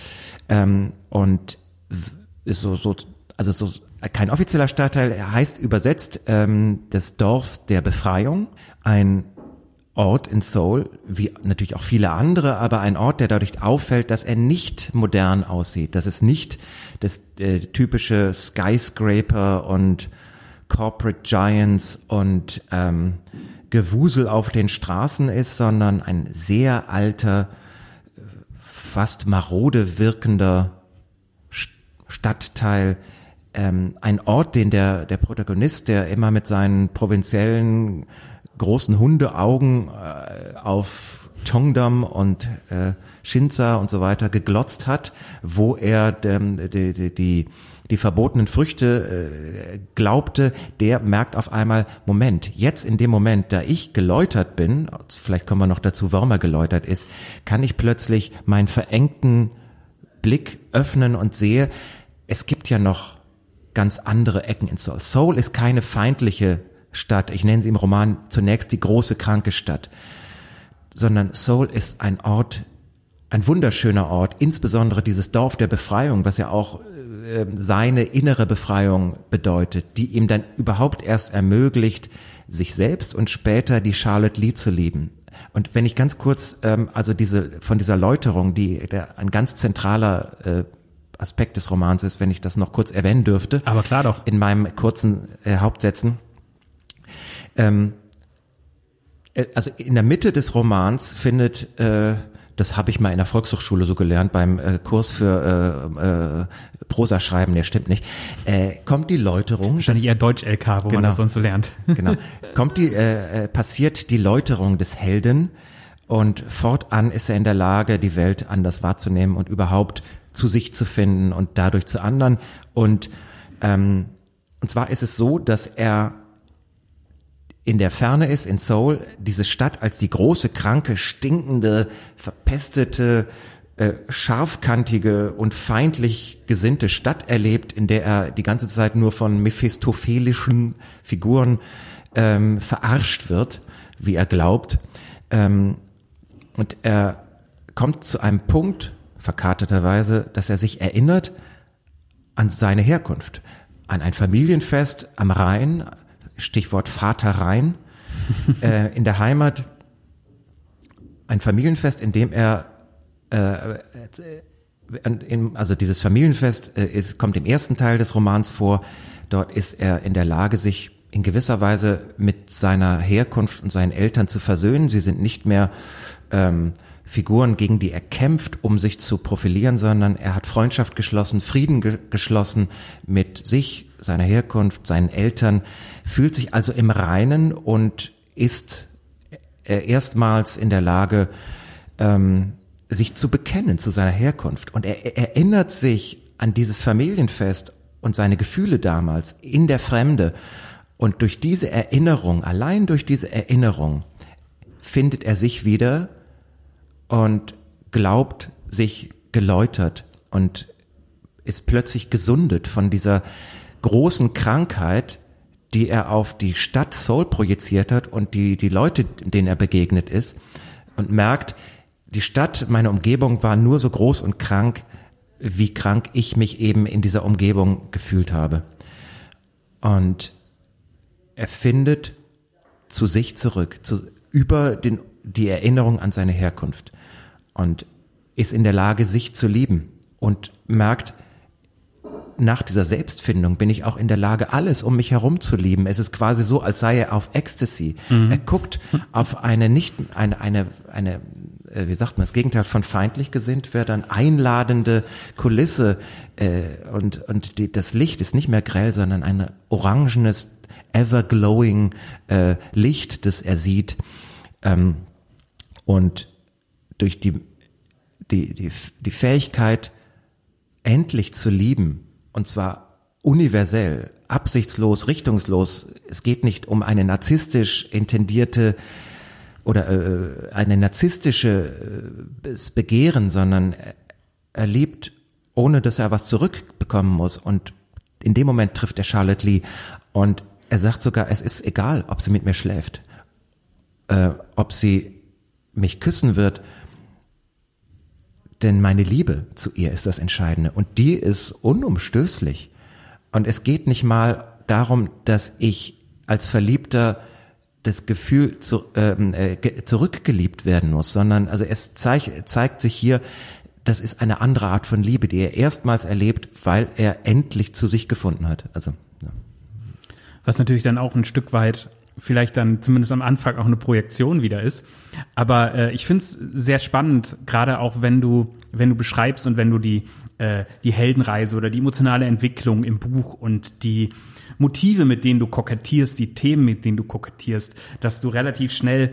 und ist so kein offizieller Stadtteil, heißt übersetzt das Dorf der Befreiung, ein Ort in Seoul, wie natürlich auch viele andere, aber ein Ort, der dadurch auffällt, dass er nicht modern aussieht, dass es nicht das typische Skyscraper und Corporate Giants und Gewusel auf den Straßen ist, sondern ein sehr alter, fast marode wirkender Stadtteil, ein Ort, den der Protagonist, der immer mit seinen provinziellen großen Hundeaugen auf Cheongdam und Shinsa und so weiter geglotzt hat, wo er die verbotenen Früchte glaubte, der merkt auf einmal, Moment, jetzt in dem Moment, da ich geläutert bin, vielleicht kommen wir noch dazu, warum er geläutert ist, kann ich plötzlich meinen verengten Blick öffnen und sehe, es gibt ja noch ganz andere Ecken in Seoul. Seoul ist keine feindliche Stadt, ich nenne sie im Roman zunächst die große kranke Stadt, sondern Seoul ist ein Ort, ein wunderschöner Ort, insbesondere dieses Dorf der Befreiung, was ja auch seine innere Befreiung bedeutet, die ihm dann überhaupt erst ermöglicht, sich selbst und später die Charlotte Lee zu lieben. Und wenn ich ganz kurz, von dieser Läuterung, ein ganz zentraler Aspekt des Romans ist, wenn ich das noch kurz erwähnen dürfte. Aber klar doch. In meinem kurzen Hauptsätzen. Also in der Mitte des Romans findet, das habe ich mal in der Volkshochschule so gelernt, beim Kurs für Prosaschreiben, der stimmt nicht, kommt die Läuterung. Wahrscheinlich eher Deutsch-LK, wo man das sonst so lernt. Genau. Passiert die Läuterung des Helden und fortan ist er in der Lage, die Welt anders wahrzunehmen und überhaupt zu sich zu finden und dadurch zu anderen. Und zwar ist es so, dass er in der Ferne ist, in Seoul, diese Stadt als die große, kranke, stinkende, verpestete, scharfkantige und feindlich gesinnte Stadt erlebt, in der er die ganze Zeit nur von mephistophelischen Figuren verarscht wird, wie er glaubt. Und er kommt zu einem Punkt, verkarteterweise, dass er sich erinnert an seine Herkunft, an ein Familienfest am Rhein, Stichwort Vater Rhein, in der Heimat, ein Familienfest, in dem er, also dieses Familienfest kommt im ersten Teil des Romans vor, dort ist er in der Lage, sich in gewisser Weise mit seiner Herkunft und seinen Eltern zu versöhnen. Sie sind nicht mehr Figuren, gegen die er kämpft, um sich zu profilieren, sondern er hat Freundschaft geschlossen, Frieden geschlossen mit sich, seiner Herkunft, seinen Eltern, fühlt sich also im Reinen und ist erstmals in der Lage, sich zu bekennen zu seiner Herkunft. Und er erinnert sich an dieses Familienfest und seine Gefühle damals in der Fremde. Und durch diese Erinnerung, allein durch diese Erinnerung, findet er sich wieder und glaubt sich geläutert und ist plötzlich gesundet von dieser großen Krankheit, die er auf die Stadt Seoul projiziert hat und die Leute, denen er begegnet ist, und merkt, die Stadt, meine Umgebung war nur so groß und krank, wie krank ich mich eben in dieser Umgebung gefühlt habe. Und er findet zu sich zurück, über die Erinnerung an seine Herkunft und ist in der Lage, sich zu lieben und merkt, nach dieser Selbstfindung bin ich auch in der Lage, alles um mich herum zu lieben. Es ist quasi so, als sei er auf Ecstasy. Er guckt auf wie sagt man, das Gegenteil von feindlich gesinnt wäre dann einladende Kulisse, und das Licht ist nicht mehr grell, sondern ein orangenes, ever-glowing Licht, das er sieht. Und durch die Fähigkeit, endlich zu lieben, und zwar universell, absichtslos, richtungslos. Es geht nicht um eine narzisstisch intendierte oder eine narzisstisches Begehren, sondern er liebt, ohne dass er was zurückbekommen muss. Und in dem Moment trifft er Charlotte Lee und er sagt sogar, es ist egal, ob sie mit mir schläft, ob sie mich küssen wird, denn meine Liebe zu ihr ist das Entscheidende und die ist unumstößlich. Und es geht nicht mal darum, dass ich als Verliebter das Gefühl zurückgeliebt werden muss, sondern also es zeigt sich hier, das ist eine andere Art von Liebe, die er erstmals erlebt, weil er endlich zu sich gefunden hat. Also ja. Was natürlich dann auch ein Stück weit vielleicht dann zumindest am Anfang auch eine Projektion wieder ist. Aber ich finde es sehr spannend, gerade auch wenn du beschreibst und wenn du die Heldenreise oder die emotionale Entwicklung im Buch und die Motive, mit denen du kokettierst, die Themen, mit denen du kokettierst, dass du relativ schnell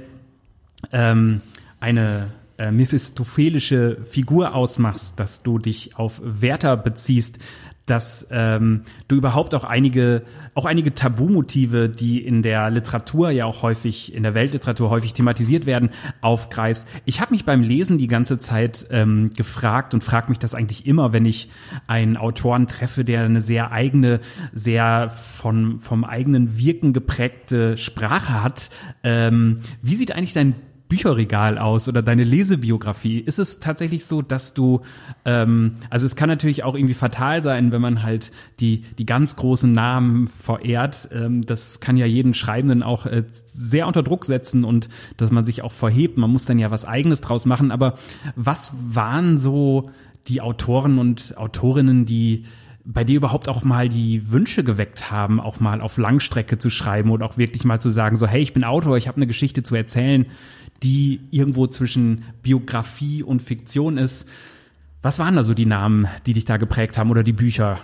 eine mephistophelische Figur ausmachst, dass du dich auf Werther beziehst, dass du überhaupt auch einige Tabumotive, die in der Literatur ja auch häufig, in der Weltliteratur häufig thematisiert werden, aufgreifst. Ich habe mich beim Lesen die ganze Zeit gefragt und frage mich das eigentlich immer, wenn ich einen Autoren treffe, der eine sehr eigene, sehr vom eigenen Wirken geprägte Sprache hat. Wie sieht eigentlich dein Bücherregal aus oder deine Lesebiografie? Ist es tatsächlich so, dass du, also es kann natürlich auch irgendwie fatal sein, wenn man halt die ganz großen Namen verehrt. Das kann ja jeden Schreibenden auch sehr unter Druck setzen und dass man sich auch verhebt. Man muss dann ja was Eigenes draus machen. Aber was waren so die Autoren und Autorinnen, die bei dir überhaupt auch mal die Wünsche geweckt haben, auch mal auf Langstrecke zu schreiben und auch wirklich mal zu sagen, so hey, ich bin Autor, ich habe eine Geschichte zu erzählen, die irgendwo zwischen Biografie und Fiktion ist. Was waren da so die Namen, die dich da geprägt haben oder die Bücher?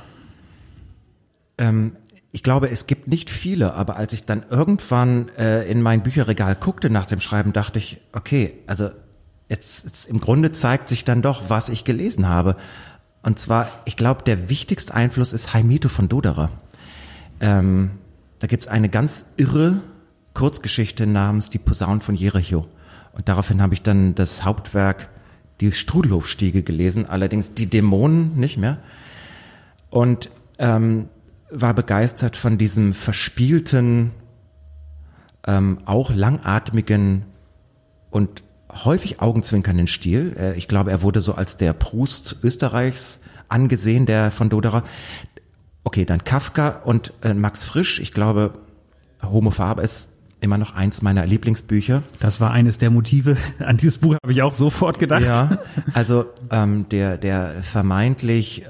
Ich glaube, es gibt nicht viele, aber als ich dann irgendwann in mein Bücherregal guckte nach dem Schreiben, dachte ich, okay, also jetzt im Grunde zeigt sich dann doch, was ich gelesen habe. Und zwar, ich glaube, der wichtigste Einfluss ist Heimito von Doderer. Da gibt's eine ganz irre Kurzgeschichte namens Die Posaunen von Jericho. Und daraufhin habe ich dann das Hauptwerk Die Strudelhofstiege gelesen, allerdings die Dämonen nicht mehr. Und war begeistert von diesem verspielten, auch langatmigen und häufig augenzwinkernden Stil. Ich glaube, er wurde so als der Proust Österreichs angesehen, der von Doderer. Okay, dann Kafka und Max Frisch. Ich glaube, Homo Faber ist immer noch eins meiner Lieblingsbücher. Das war eines der Motive. An dieses Buch habe ich auch sofort gedacht. Ja, also der vermeintlich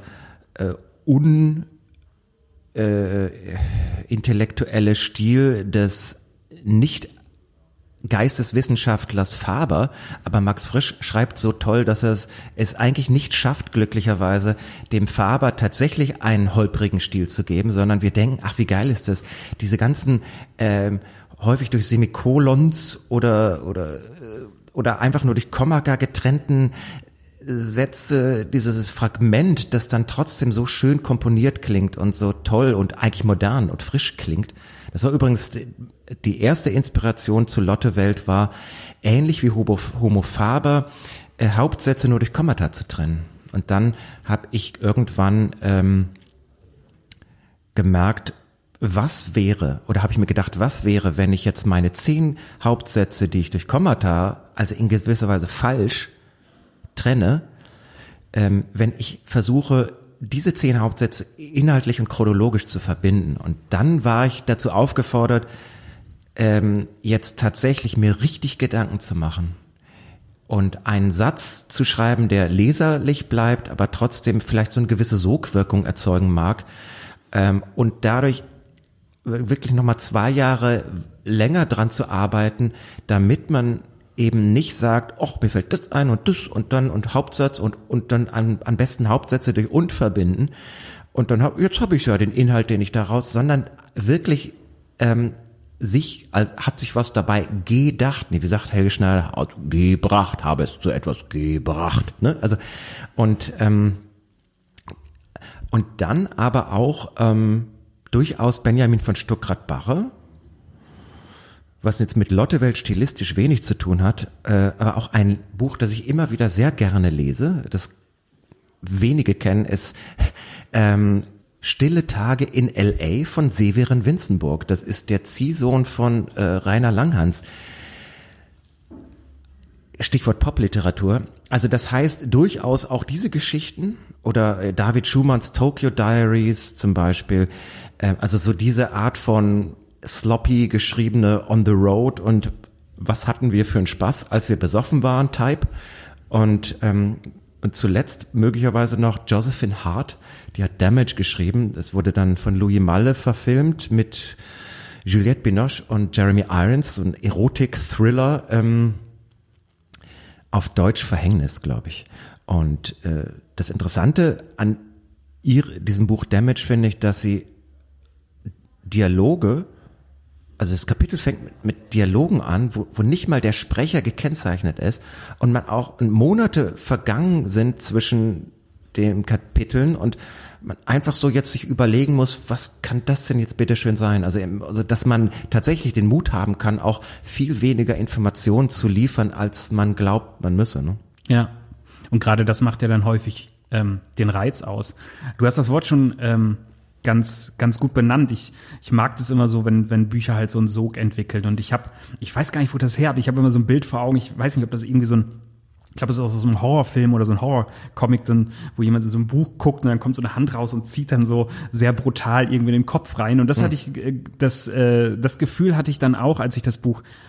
intellektuelle Stil des Nicht-Geisteswissenschaftlers Faber, aber Max Frisch schreibt so toll, dass er es eigentlich nicht schafft, glücklicherweise, dem Faber tatsächlich einen holprigen Stil zu geben, sondern wir denken, ach, wie geil ist das, diese ganzen häufig durch Semikolons oder einfach nur durch Kommata getrennten Sätze, dieses Fragment, das dann trotzdem so schön komponiert klingt und so toll und eigentlich modern und frisch klingt. Das war übrigens die erste Inspiration zu Lottewelt, war ähnlich wie Homo Faber, Hauptsätze nur durch Kommata zu trennen. Und dann habe ich irgendwann gemerkt, was wäre, wenn ich jetzt meine 10 Hauptsätze, die ich durch Kommata, also in gewisser Weise falsch, trenne, wenn ich versuche, diese 10 Hauptsätze inhaltlich und chronologisch zu verbinden. Und dann war ich dazu aufgefordert, jetzt tatsächlich mir richtig Gedanken zu machen und einen Satz zu schreiben, der leserlich bleibt, aber trotzdem vielleicht so eine gewisse Sogwirkung erzeugen mag, und dadurch wirklich nochmal 2 Jahre länger dran zu arbeiten, damit man eben nicht sagt, ach, mir fällt das ein und dann und Hauptsatz und dann am besten Hauptsätze durch und verbinden und dann jetzt habe ich ja den Inhalt, den ich daraus, sondern wirklich hat sich was dabei gedacht, wie sagt Helge Schneider, gebracht, habe es zu etwas gebracht, ne? Also und dann aber auch durchaus Benjamin von Stuckrad-Barre, was jetzt mit Lottewelt stilistisch wenig zu tun hat, aber auch ein Buch, das ich immer wieder sehr gerne lese, das wenige kennen, ist Stille Tage in L.A. von Severin Winzenburg. Das ist der Ziehsohn von Rainer Langhans. Stichwort Popliteratur. Also das heißt durchaus auch diese Geschichten oder David Schumanns Tokyo Diaries zum Beispiel, also so diese Art von sloppy geschriebene On the Road und was hatten wir für einen Spaß, als wir besoffen waren, Type. Und zuletzt möglicherweise noch Josephine Hart, die hat Damage geschrieben. Das wurde dann von Louis Malle verfilmt mit Juliette Binoche und Jeremy Irons, so ein Erotik-Thriller, auf Deutsch Verhängnis, glaube ich. Und das Interessante an diesem Buch Damage finde ich, dass sie Dialoge, also das Kapitel fängt mit Dialogen an, wo nicht mal der Sprecher gekennzeichnet ist und man auch Monate vergangen sind zwischen den Kapiteln und man einfach so jetzt sich überlegen muss, was kann das denn jetzt bitte schön sein? Also dass man tatsächlich den Mut haben kann, auch viel weniger Informationen zu liefern, als man glaubt, man müsse. Ne? Ja, und gerade das macht ja dann häufig den Reiz aus. Du hast das Wort schon ganz gut benannt. Ich mag das immer so, wenn Bücher halt so einen Sog entwickeln. Und ich weiß gar nicht, wo das her, aber ich habe immer so ein Bild vor Augen. Ich weiß nicht, ob das irgendwie ich glaube, es ist auch so ein Horrorfilm oder so ein Horrorcomic, wo jemand in so ein Buch guckt und dann kommt so eine Hand raus und zieht dann so sehr brutal irgendwie in den Kopf rein. Und das hatte ich, das Gefühl hatte ich dann auch, als ich das Buch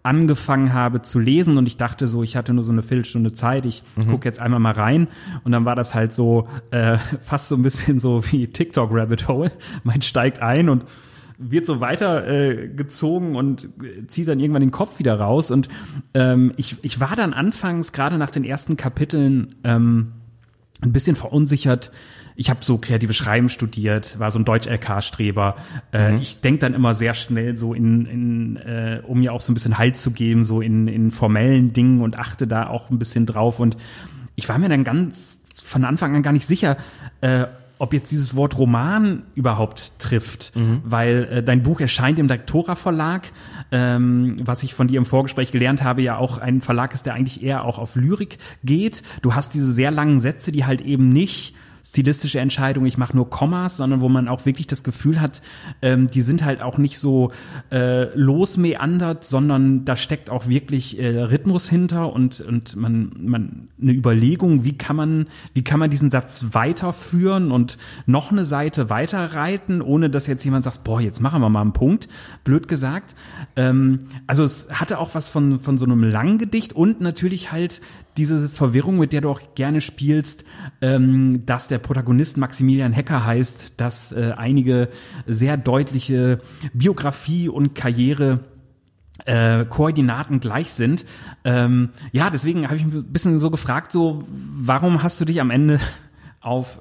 angefangen habe zu lesen und ich dachte so, ich hatte nur so eine Viertelstunde Zeit, ich gucke jetzt einmal mal rein und dann war das halt so fast so ein bisschen so wie TikTok Rabbit Hole. Man steigt ein und wird so weiter gezogen und zieht dann irgendwann den Kopf wieder raus und ich war dann anfangs, gerade nach den ersten Kapiteln, ein bisschen verunsichert. Ich habe so kreatives Schreiben studiert, war so ein Deutsch-LK-Streber. Ich denke dann immer sehr schnell so um mir auch so ein bisschen Halt zu geben, so in formellen Dingen und achte da auch ein bisschen drauf. Und ich war mir dann ganz von Anfang an gar nicht sicher, ob jetzt dieses Wort Roman überhaupt trifft, weil dein Buch erscheint im Daktora Verlag, was ich von dir im Vorgespräch gelernt habe, ja auch ein Verlag ist, der eigentlich eher auch auf Lyrik geht. Du hast diese sehr langen Sätze, die halt eben nicht stilistische Entscheidung, ich mache nur Kommas, sondern wo man auch wirklich das Gefühl hat, die sind halt auch nicht so losmeandert, sondern da steckt auch wirklich Rhythmus hinter und man eine Überlegung, wie kann man diesen Satz weiterführen und noch eine Seite weiterreiten, ohne dass jetzt jemand sagt, boah, jetzt machen wir mal einen Punkt, blöd gesagt. Also es hatte auch was von so einem langen Gedicht und natürlich halt diese Verwirrung, mit der du auch gerne spielst, dass der Protagonist Maximilian Hecker heißt, dass einige sehr deutliche Biografie und Karriere Koordinaten gleich sind. Ja, deswegen habe ich mich ein bisschen so gefragt, so warum hast du dich am Ende auf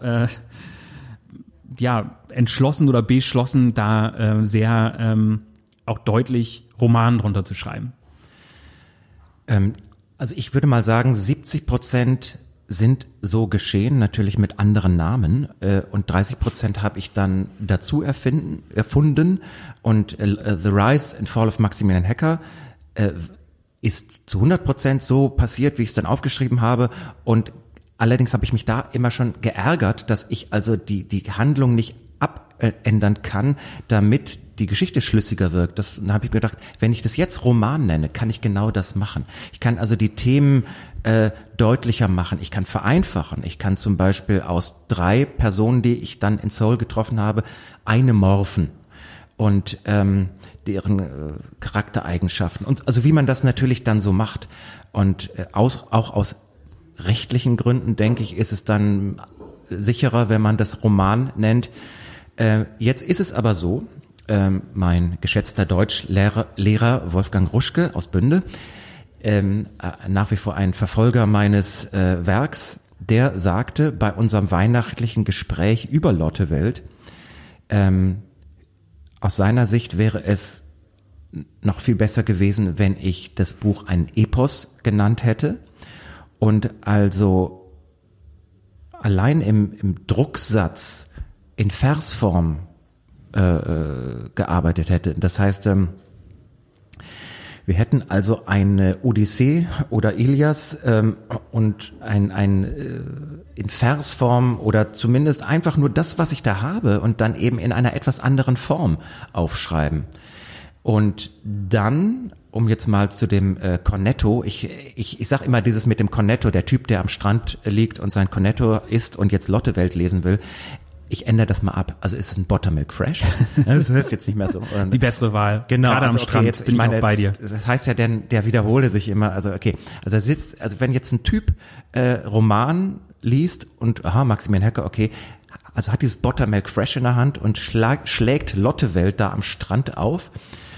entschlossen oder beschlossen, da sehr auch deutlich Roman drunter zu schreiben? Also ich würde mal sagen, 70% sind so geschehen, natürlich mit anderen Namen, und 30% habe ich dann dazu erfunden. Und The Rise and Fall of Maximilian Hecker ist zu 100% so passiert, wie ich es dann aufgeschrieben habe. Und allerdings habe ich mich da immer schon geärgert, dass ich also die Handlung nicht abändern kann, damit die Geschichte schlüssiger wirkt. Dann habe ich mir gedacht, wenn ich das jetzt Roman nenne, kann ich genau das machen. Ich kann also die Themen deutlicher machen. Ich kann vereinfachen. Ich kann zum Beispiel aus 3 Personen, die ich dann in Seoul getroffen habe, eine morphen und deren Charaktereigenschaften. Und also wie man das natürlich dann so macht. Und auch aus rechtlichen Gründen, denke ich, ist es dann sicherer, wenn man das Roman nennt. Jetzt ist es aber so, mein geschätzter Deutschlehrer Wolfgang Ruschke aus Bünde, nach wie vor ein Verfolger meines Werks, der sagte bei unserem weihnachtlichen Gespräch über Lottewelt, aus seiner Sicht wäre es noch viel besser gewesen, wenn ich das Buch ein Epos genannt hätte und also allein im Drucksatz in Versform gearbeitet hätte. Das heißt, wir hätten also eine Odyssee oder Ilias und in Versform oder zumindest einfach nur das, was ich da habe und dann eben in einer etwas anderen Form aufschreiben. Und dann, um jetzt mal zu dem Cornetto, ich sag immer dieses mit dem Cornetto, der Typ, der am Strand liegt und sein Cornetto isst und jetzt Lottewelt lesen will. Ich ändere das mal ab. Also ist es ein Buttermilk Fresh? Das heißt jetzt nicht mehr so. Die bessere Wahl. Genau. Gerade also am Strand jetzt, bin ich auch bei dir. Das heißt ja, der wiederhole sich immer. Also okay. Also wenn jetzt ein Typ Roman liest und Maximilian Hecker, okay, also hat dieses Buttermilk Fresh in der Hand und schlägt Lottewelt da am Strand auf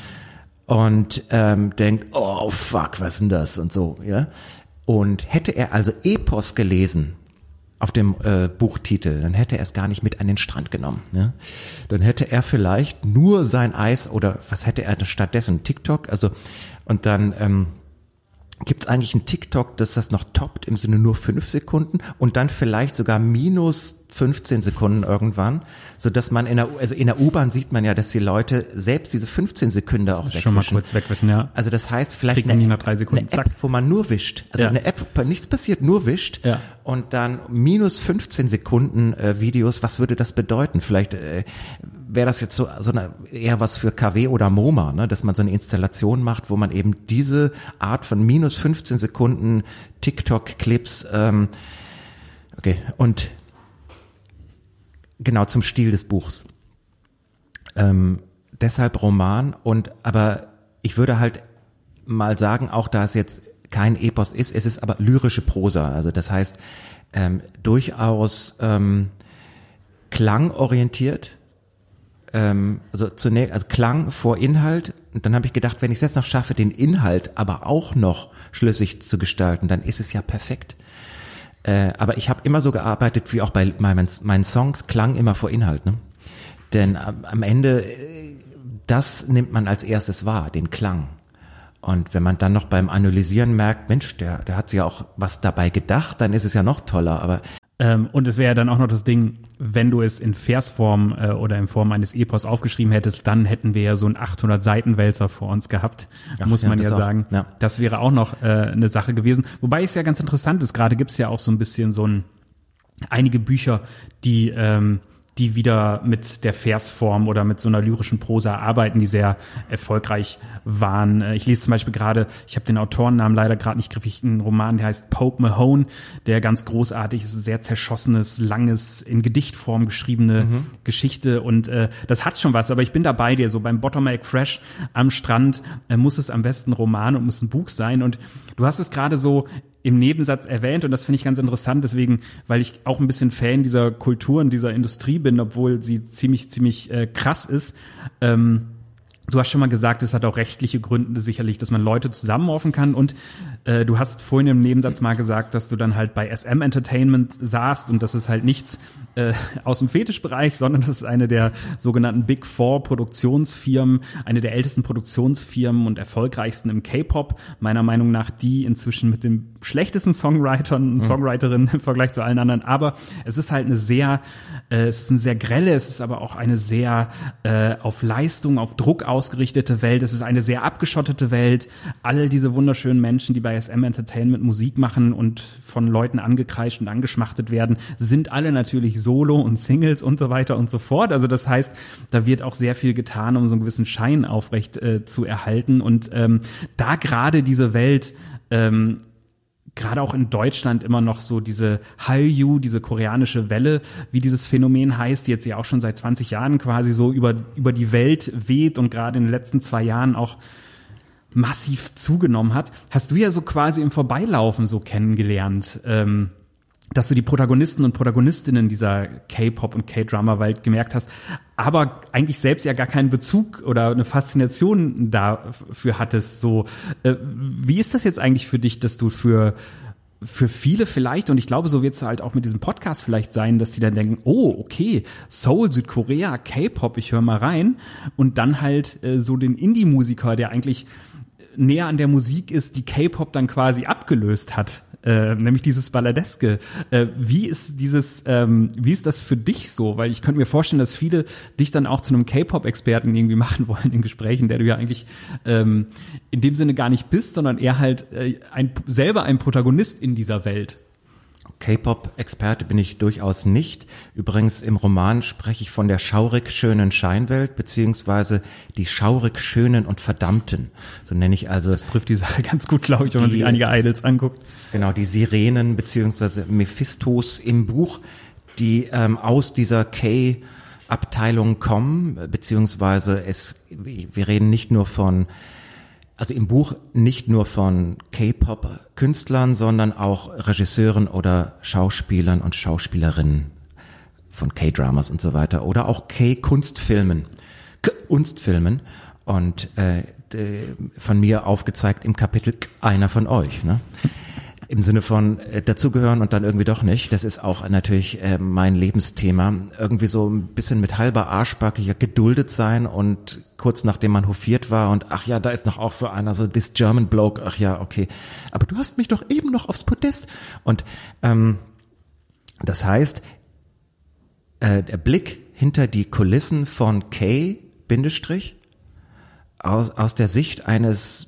und denkt, oh fuck, was ist denn das und so, ja. Und hätte er also Epos gelesen auf dem Buchtitel, dann hätte er es gar nicht mit an den Strand genommen. Ja? Dann hätte er vielleicht nur sein Eis oder was hätte er stattdessen? TikTok? Also und dann gibt es eigentlich ein TikTok, das noch toppt im Sinne nur 5 Sekunden und dann vielleicht sogar minus 15 Sekunden irgendwann, so dass man in der U-Bahn sieht man ja, dass die Leute selbst diese 15 Sekunden auch wegwischen. Schon mal kurz wegwischen, ja. Also das heißt vielleicht kriegt man nie nach 3 Sekunden. Eine App, wo man nur wischt. Also eine App, nichts passiert, nur wischt. Ja. Und dann minus 15 Sekunden Videos. Was würde das bedeuten? Vielleicht wäre das jetzt so eher was für KW oder MoMA, ne? Dass man so eine Installation macht, wo man eben diese Art von minus 15 Sekunden TikTok-Clips, okay, und genau zum Stil des Buchs. Deshalb Roman aber ich würde halt mal sagen, auch da es jetzt kein Epos ist, es ist aber lyrische Prosa. Also das heißt, durchaus klangorientiert. Also zunächst, also Klang vor Inhalt. Und dann habe ich gedacht, wenn ich es jetzt noch schaffe, den Inhalt aber auch noch schlüssig zu gestalten, dann ist es ja perfekt. Aber ich habe immer so gearbeitet, wie auch bei meinen Songs, Klang immer vor Inhalt. Ne? Denn am Ende, das nimmt man als erstes wahr, den Klang. Und wenn man dann noch beim Analysieren merkt, Mensch, der hat sich ja auch was dabei gedacht, dann ist es ja noch toller. Aber und es wäre ja dann auch noch das Ding, wenn du es in Versform oder in Form eines Epos aufgeschrieben hättest, dann hätten wir ja so einen 800-Seiten-Wälzer vor uns gehabt, muss man ja sagen. Ja. Das wäre auch noch eine Sache gewesen. Wobei es ja ganz interessant ist, gerade gibt es ja auch so ein bisschen einige Bücher, die wieder mit der Versform oder mit so einer lyrischen Prosa arbeiten, die sehr erfolgreich waren. Ich lese zum Beispiel gerade, ich habe den Autorennamen leider gerade nicht griffig, einen Roman, der heißt Pope Mahone, der ganz großartig ist, sehr zerschossenes, langes, in Gedichtform geschriebene Geschichte und das hat schon was, aber ich bin da bei dir, so beim Bottomlake Fresh am Strand muss es am besten ein Roman und muss ein Buch sein und du hast es gerade so im Nebensatz erwähnt und das finde ich ganz interessant, deswegen, weil ich auch ein bisschen Fan dieser Kultur und dieser Industrie bin, obwohl sie ziemlich krass ist. Du hast schon mal gesagt, es hat auch rechtliche Gründe sicherlich, dass man Leute zusammenrufen kann und du hast vorhin im Nebensatz mal gesagt, dass du dann halt bei SM Entertainment saßt und das ist halt nichts aus dem Fetischbereich, sondern das ist eine der sogenannten Big Four Produktionsfirmen, eine der ältesten Produktionsfirmen und erfolgreichsten im K-Pop, meiner Meinung nach die inzwischen mit den schlechtesten Songwritern und Songwriterinnen im Vergleich zu allen anderen, aber es ist halt es ist eine sehr grelle, es ist aber auch eine sehr auf Leistung, auf Druck ausgerichtete Welt, es ist eine sehr abgeschottete Welt, all diese wunderschönen Menschen, die bei SM Entertainment Musik machen und von Leuten angekreischt und angeschmachtet werden, sind alle natürlich Solo und Singles und so weiter und so fort. Also das heißt, da wird auch sehr viel getan, um so einen gewissen Schein aufrecht zu erhalten. Und da gerade diese Welt, gerade auch in Deutschland immer noch so diese Hallyu, diese koreanische Welle, wie dieses Phänomen heißt, die jetzt ja auch schon seit 20 Jahren quasi so über die Welt weht und gerade in den letzten 2 Jahren auch massiv zugenommen hat, hast du ja so quasi im Vorbeilaufen so kennengelernt, dass du die Protagonisten und Protagonistinnen dieser K-Pop- und K-Drama-Welt gemerkt hast, aber eigentlich selbst ja gar keinen Bezug oder eine Faszination dafür hattest. So, wie ist das jetzt eigentlich für dich, dass du für viele vielleicht, und ich glaube, so wird es halt auch mit diesem Podcast vielleicht sein, dass die dann denken, oh, okay, Seoul, Südkorea, K-Pop, ich höre mal rein und dann halt so den Indie-Musiker, der eigentlich näher an der Musik ist, die K-Pop dann quasi abgelöst hat. Nämlich dieses Balladeske. Wie ist das für dich so? Weil ich könnte mir vorstellen, dass viele dich dann auch zu einem K-Pop-Experten irgendwie machen wollen in Gesprächen, der du ja eigentlich in dem Sinne gar nicht bist, sondern eher halt selber ein Protagonist in dieser Welt. K-Pop-Experte bin ich durchaus nicht. Übrigens im Roman spreche ich von der schaurig schönen Scheinwelt, beziehungsweise die schaurig schönen und verdammten. So nenne ich also. Das trifft die Sache ganz gut, glaube ich, wenn man sich einige Idols anguckt. Genau, die Sirenen, beziehungsweise Mephistos im Buch, die aus dieser K-Abteilung kommen, beziehungsweise wir reden nicht nur von, also im Buch nicht nur von K-Pop-Künstlern, sondern auch Regisseuren oder Schauspielern und Schauspielerinnen von K-Dramas und so weiter oder auch K-Kunstfilmen. Und von mir aufgezeigt im Kapitel einer von euch, ne? Im Sinne von dazugehören und dann irgendwie doch nicht. Das ist auch natürlich mein Lebensthema. Irgendwie so ein bisschen mit halber Arschbacke hier geduldet sein und kurz nachdem man hofiert war und ach ja, da ist noch auch so einer, so this German bloke, ach ja, okay. Aber du hast mich doch eben noch aufs Podest. Und das heißt, der Blick hinter die Kulissen von K- aus der Sicht eines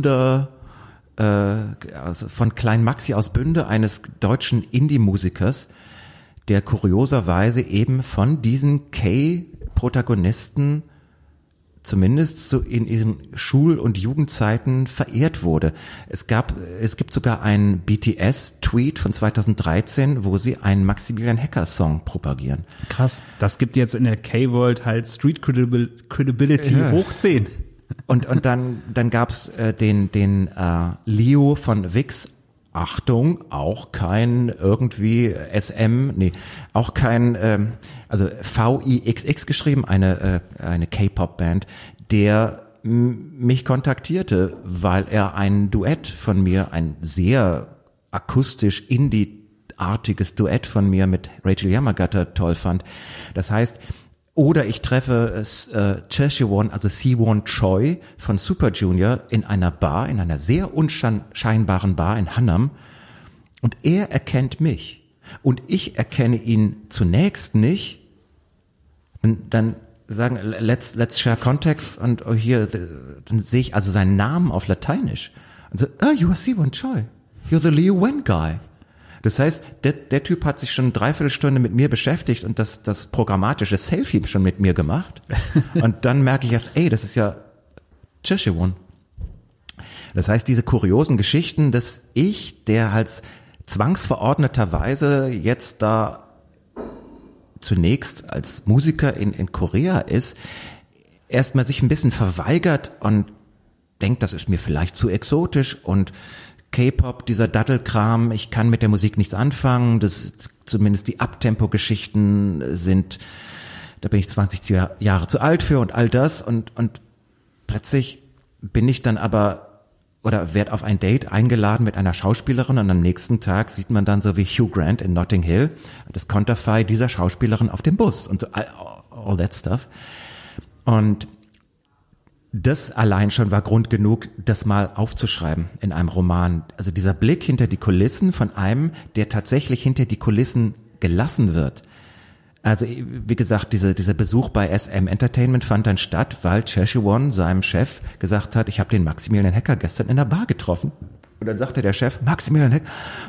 von Klein Maxi aus Bünde, eines deutschen Indie-Musikers, der kurioserweise eben von diesen K-Protagonisten zumindest so in ihren Schul- und Jugendzeiten verehrt wurde. Es gibt sogar einen BTS-Tweet von 2013, wo sie einen Maximilian Hacker-Song propagieren. Krass. Das gibt jetzt in der K-World halt Street Credibility hoch 10. Und dann gab's den Leo von Vix. Achtung, auch kein irgendwie auch kein, also VIXX geschrieben, eine K-Pop-Band, der mich kontaktierte, weil er ein Duett von mir, ein sehr akustisch Indie-artiges Duett von mir mit Rachel Yamagata toll fand. Das heißt, oder ich treffe Cheshire, also Siwon Choi von Super Junior in einer Bar, in einer sehr unscheinbaren Bar in Hannam, und er erkennt mich und ich erkenne ihn zunächst nicht, und dann sagen, let's share contacts, und hier, dann sehe ich also seinen Namen auf Lateinisch und so, you are Siwon Choi, you're the Liu Wen guy. Das heißt, der Typ hat sich schon 3/4 Stunde mit mir beschäftigt und das programmatische Selfie schon mit mir gemacht. Und dann merke ich erst, das ist ja Cheshire. Das heißt, diese kuriosen Geschichten, dass ich, der halt zwangsverordneterweise jetzt da zunächst als Musiker in Korea ist, erstmal sich ein bisschen verweigert und denkt, das ist mir vielleicht zu exotisch und K-Pop, dieser Dattelkram, ich kann mit der Musik nichts anfangen, zumindest die Abtempo-Geschichten sind, da bin ich 20 Jahre zu alt für und all das, und plötzlich bin ich dann aber, oder werde auf ein Date eingeladen mit einer Schauspielerin, und am nächsten Tag sieht man dann so wie Hugh Grant in Notting Hill, das Konterfei dieser Schauspielerin auf dem Bus und so, all that stuff. Und das allein schon war Grund genug, das mal aufzuschreiben in einem Roman. Also dieser Blick hinter die Kulissen von einem, der tatsächlich hinter die Kulissen gelassen wird. Also wie gesagt, dieser Besuch bei SM Entertainment fand dann statt, weil Cheshire, seinem Chef, gesagt hat, ich habe den Maximilian Hecker gestern in der Bar getroffen. Und dann sagte der Chef, Maximilian Hecker,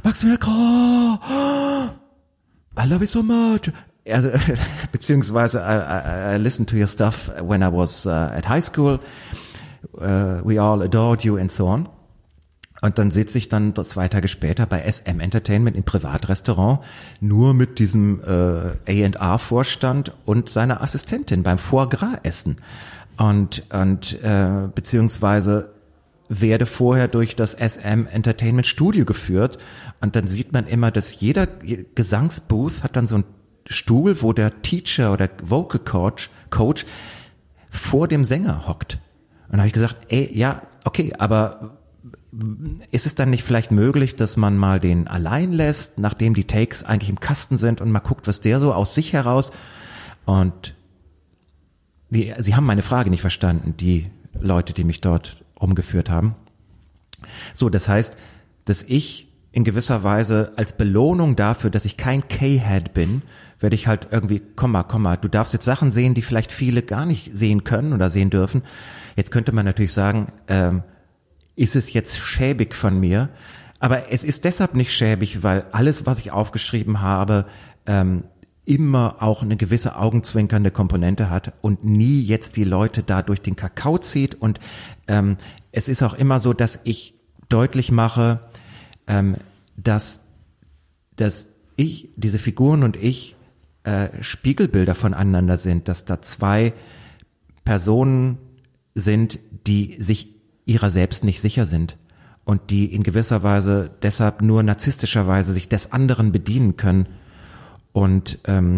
I love you so much. Also, beziehungsweise I listened to your stuff when I was at high school. We all adored you and so on. Und dann sitze ich dann 2 Tage später bei SM Entertainment im Privatrestaurant nur mit diesem A&R-Vorstand und seiner Assistentin beim Foie Gras essen. Und beziehungsweise werde vorher durch das SM Entertainment Studio geführt. Und dann sieht man immer, dass jeder Gesangsbooth hat dann so ein Stuhl, wo der Teacher oder Vocal Coach vor dem Sänger hockt. Und dann habe ich gesagt, ja, okay, aber ist es dann nicht vielleicht möglich, dass man mal den allein lässt, nachdem die Takes eigentlich im Kasten sind, und mal guckt, was der so aus sich heraus, und sie haben meine Frage nicht verstanden, die Leute, die mich dort rumgeführt haben. So, das heißt, dass ich in gewisser Weise als Belohnung dafür, dass ich kein K-Head bin, werde ich halt irgendwie, komm mal, du darfst jetzt Sachen sehen, die vielleicht viele gar nicht sehen können oder sehen dürfen. Jetzt könnte man natürlich sagen, ist es jetzt schäbig von mir? Aber es ist deshalb nicht schäbig, weil alles, was ich aufgeschrieben habe, immer auch eine gewisse augenzwinkernde Komponente hat und nie jetzt die Leute da durch den Kakao zieht. Und es ist auch immer so, dass ich deutlich mache, dass ich, diese Figuren und ich Spiegelbilder voneinander sind, dass da 2 Personen sind, die sich ihrer selbst nicht sicher sind und die in gewisser Weise deshalb nur narzisstischerweise sich des anderen bedienen können. Und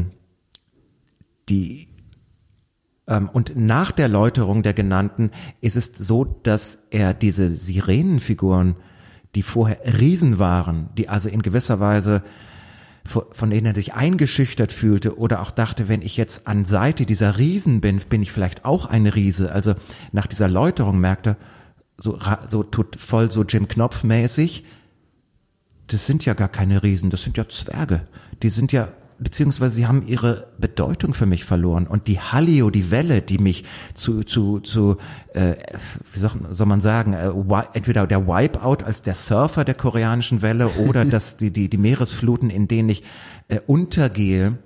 und nach der Läuterung der Genannten ist es so, dass er diese Sirenenfiguren, die vorher Riesen waren, die also in gewisser Weise von denen er sich eingeschüchtert fühlte oder auch dachte, wenn ich jetzt an Seite dieser Riesen bin ich vielleicht auch ein Riese. Also nach dieser Läuterung merkte, so tut voll so Jim Knopf mäßig, das sind ja gar keine Riesen, das sind ja Zwerge. Die sind ja, beziehungsweise sie haben ihre Bedeutung für mich verloren. Und die Hallio, die Welle, die mich wie soll man sagen, entweder der Wipeout als der Surfer der koreanischen Welle oder die Meeresfluten, in denen ich untergehe,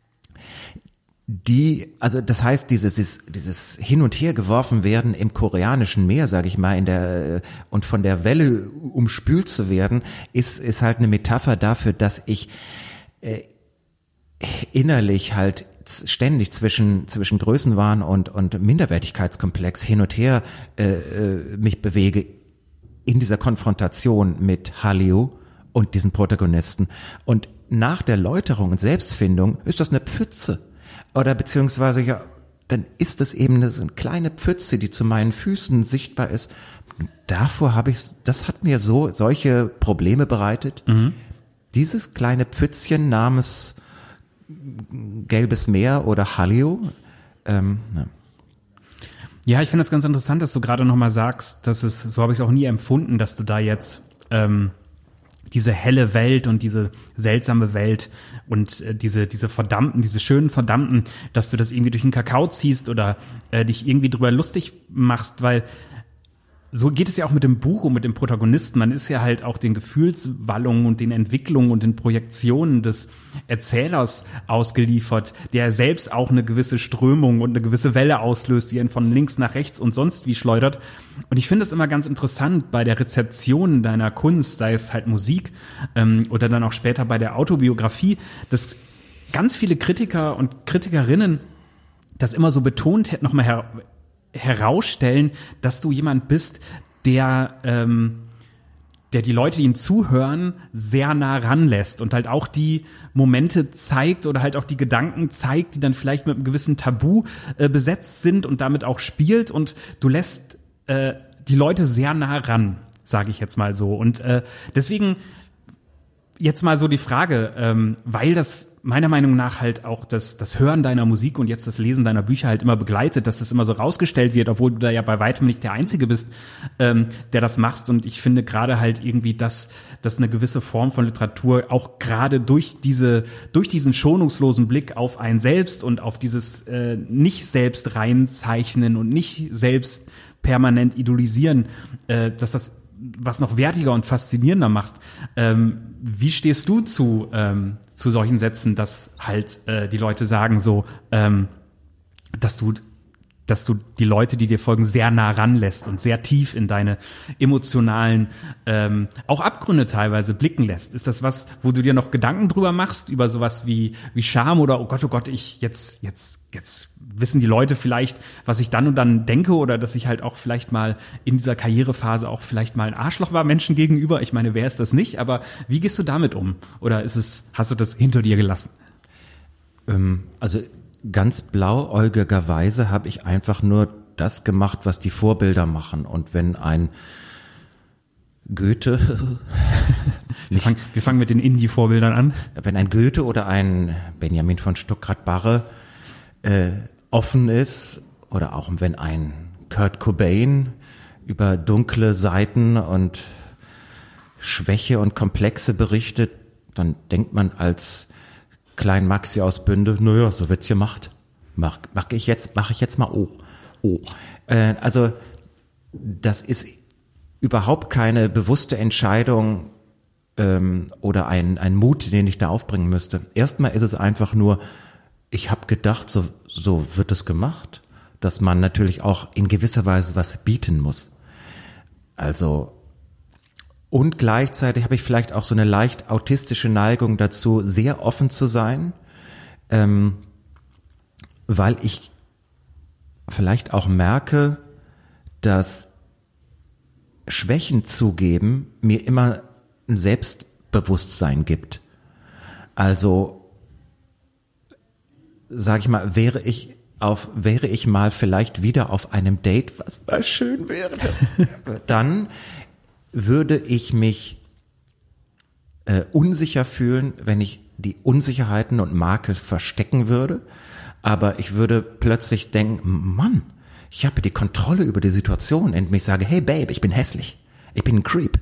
also das heißt, dieses Hin- und Her geworfen werden im koreanischen Meer, sage ich mal, und von der Welle umspült zu werden, ist halt eine Metapher dafür, dass ich innerlich halt ständig zwischen Größenwahn und Minderwertigkeitskomplex hin und her mich bewege in dieser Konfrontation mit Hallyu und diesen Protagonisten. Und nach der Läuterung und Selbstfindung ist das eine Pfütze. Oder beziehungsweise, ja, dann ist es eben so eine kleine Pfütze, die zu meinen Füßen sichtbar ist. Davor das hat mir solche Probleme bereitet. Mhm. Dieses kleine Pfützchen namens Gelbes Meer oder Hallyu. Ja, ich finde das ganz interessant, dass du gerade nochmal sagst, dass so habe ich es auch nie empfunden, dass du da jetzt diese helle Welt und diese seltsame Welt und diese schönen Verdammten, dass du das irgendwie durch den Kakao ziehst oder dich irgendwie drüber lustig machst, weil so geht es ja auch mit dem Buch und mit dem Protagonisten. Man ist ja halt auch den Gefühlswallungen und den Entwicklungen und den Projektionen des Erzählers ausgeliefert, der selbst auch eine gewisse Strömung und eine gewisse Welle auslöst, die ihn von links nach rechts und sonst wie schleudert. Und ich finde es immer ganz interessant bei der Rezeption deiner Kunst, sei es halt Musik oder dann auch später bei der Autobiografie, dass ganz viele Kritiker und Kritikerinnen das immer so betont nochmal herausstellen, dass du jemand bist, der die Leute, die ihm zuhören, sehr nah ranlässt und halt auch die Momente zeigt oder halt auch die Gedanken zeigt, die dann vielleicht mit einem gewissen Tabu besetzt sind und damit auch spielt, und du lässt die Leute sehr nah ran, sage ich jetzt mal so. Und deswegen jetzt mal so die Frage, weil das meiner Meinung nach halt auch das Hören deiner Musik und jetzt das Lesen deiner Bücher halt immer begleitet, dass das immer so rausgestellt wird, obwohl du da ja bei weitem nicht der Einzige bist, der das machst. Und ich finde gerade halt irgendwie, dass eine gewisse Form von Literatur auch gerade durch diesen schonungslosen Blick auf einen selbst und auf dieses nicht selbst reinzeichnen und nicht selbst permanent idolisieren, dass das was noch wertiger und faszinierender macht. Wie stehst du zu solchen Sätzen, dass halt die Leute sagen so, dass du die Leute, die dir folgen, sehr nah ranlässt und sehr tief in deine emotionalen, auch Abgründe teilweise blicken lässt? Ist das was, wo du dir noch Gedanken drüber machst, über sowas wie Scham oder oh Gott, jetzt wissen die Leute vielleicht, was ich dann und dann denke, oder dass ich halt auch vielleicht mal in dieser Karrierephase auch vielleicht mal ein Arschloch war Menschen gegenüber? Ich meine, wer ist das nicht? Aber wie gehst du damit um? Oder hast du das hinter dir gelassen? Also ganz blauäugigerweise habe ich einfach nur das gemacht, was die Vorbilder machen. Und wenn ein Goethe wir fangen mit den Indie-Vorbildern an. Wenn ein Goethe oder ein Benjamin von Stuckrad-Barre offen ist, oder auch wenn ein Kurt Cobain über dunkle Seiten und Schwäche und Komplexe berichtet, dann denkt man als Klein Maxi aus Bünde, naja, so wird's gemacht. Mach ich jetzt mal also das ist überhaupt keine bewusste Entscheidung oder ein Mut, den ich da aufbringen müsste. Erstmal ist es einfach nur, ich habe gedacht, so wird es gemacht, dass man natürlich auch in gewisser Weise was bieten muss. Also, und gleichzeitig habe ich vielleicht auch so eine leicht autistische Neigung dazu, sehr offen zu sein, weil ich vielleicht auch merke, dass Schwächen zugeben mir immer ein Selbstbewusstsein gibt. Also, sag ich mal, wäre ich mal vielleicht wieder auf einem Date, was mal schön wäre, dann würde ich mich unsicher fühlen, wenn ich die Unsicherheiten und Makel verstecken würde. Aber ich würde plötzlich denken, Mann, ich habe die Kontrolle über die Situation, und ich sage, hey Babe, ich bin hässlich, ich bin ein Creep.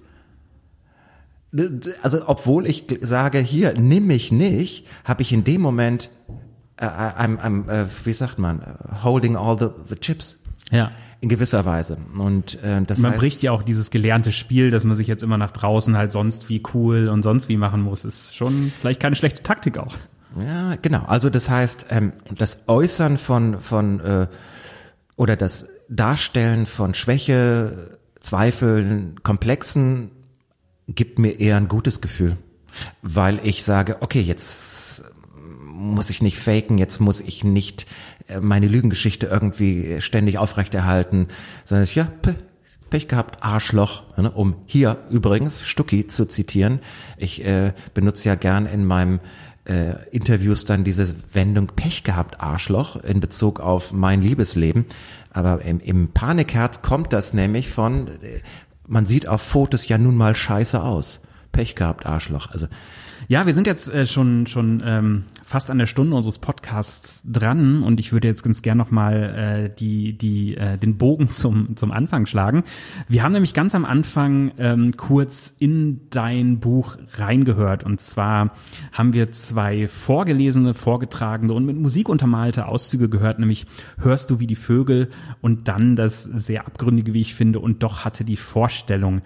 Also obwohl ich sage, hier, nimm mich nicht, habe ich in dem Moment wie sagt man, holding all the chips. Ja. In gewisser Weise. Und das man heißt, bricht ja auch dieses gelernte Spiel, dass man sich jetzt immer nach draußen halt sonst wie cool und sonst wie machen muss, ist schon vielleicht keine schlechte Taktik auch. Ja, genau. Also das heißt, das Äußern von oder das Darstellen von Schwäche, Zweifeln, Komplexen gibt mir eher ein gutes Gefühl, weil ich sage, okay, jetzt muss ich nicht faken, jetzt muss ich nicht meine Lügengeschichte irgendwie ständig aufrechterhalten, sondern ja, Pech gehabt, Arschloch, ne? Um hier übrigens Stucki zu zitieren. Ich benutze ja gern in meinem Interviews dann diese Wendung Pech gehabt, Arschloch in Bezug auf mein Liebesleben. Aber im Panikherz kommt das nämlich von, man sieht auf Fotos ja nun mal scheiße aus. Pech gehabt, Arschloch. Also ja, wir sind jetzt schon fast an der Stunde unseres Podcasts dran und ich würde jetzt ganz gern nochmal den Bogen zum Anfang schlagen. Wir haben nämlich ganz am Anfang kurz in dein Buch reingehört und zwar haben wir 2 vorgetragene und mit Musik untermalte Auszüge gehört, nämlich Hörst du wie die Vögel und dann das sehr abgründige, wie ich finde, und doch hatte die Vorstellung.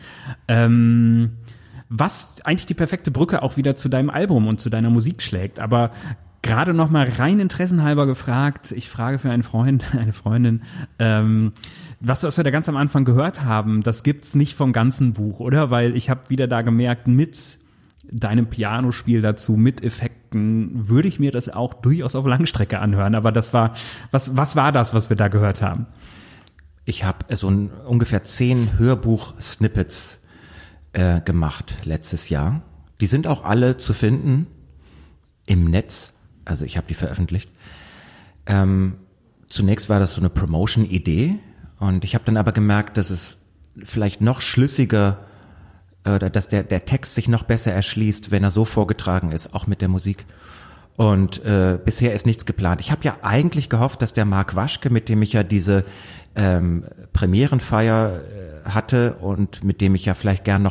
Was eigentlich die perfekte Brücke auch wieder zu deinem Album und zu deiner Musik schlägt. Aber gerade noch mal rein interessenhalber gefragt, ich frage für einen Freund, eine Freundin, was wir da ganz am Anfang gehört haben, das gibt's nicht vom ganzen Buch, oder? Weil ich habe wieder da gemerkt, mit deinem Pianospiel dazu, mit Effekten, würde ich mir das auch durchaus auf Langstrecke anhören. Aber das war, was war das, was wir da gehört haben? Ich habe so ungefähr 10 Hörbuch-Snippets gemacht letztes Jahr. Die sind auch alle zu finden im Netz. Also ich habe die veröffentlicht. Zunächst war das so eine Promotion-Idee und ich habe dann aber gemerkt, dass es vielleicht noch schlüssiger, dass der Text sich noch besser erschließt, wenn er so vorgetragen ist, auch mit der Musik. Und bisher ist nichts geplant. Ich habe ja eigentlich gehofft, dass der Marc Waschke, mit dem ich ja diese Premierenfeier hatte und mit dem ich ja vielleicht gern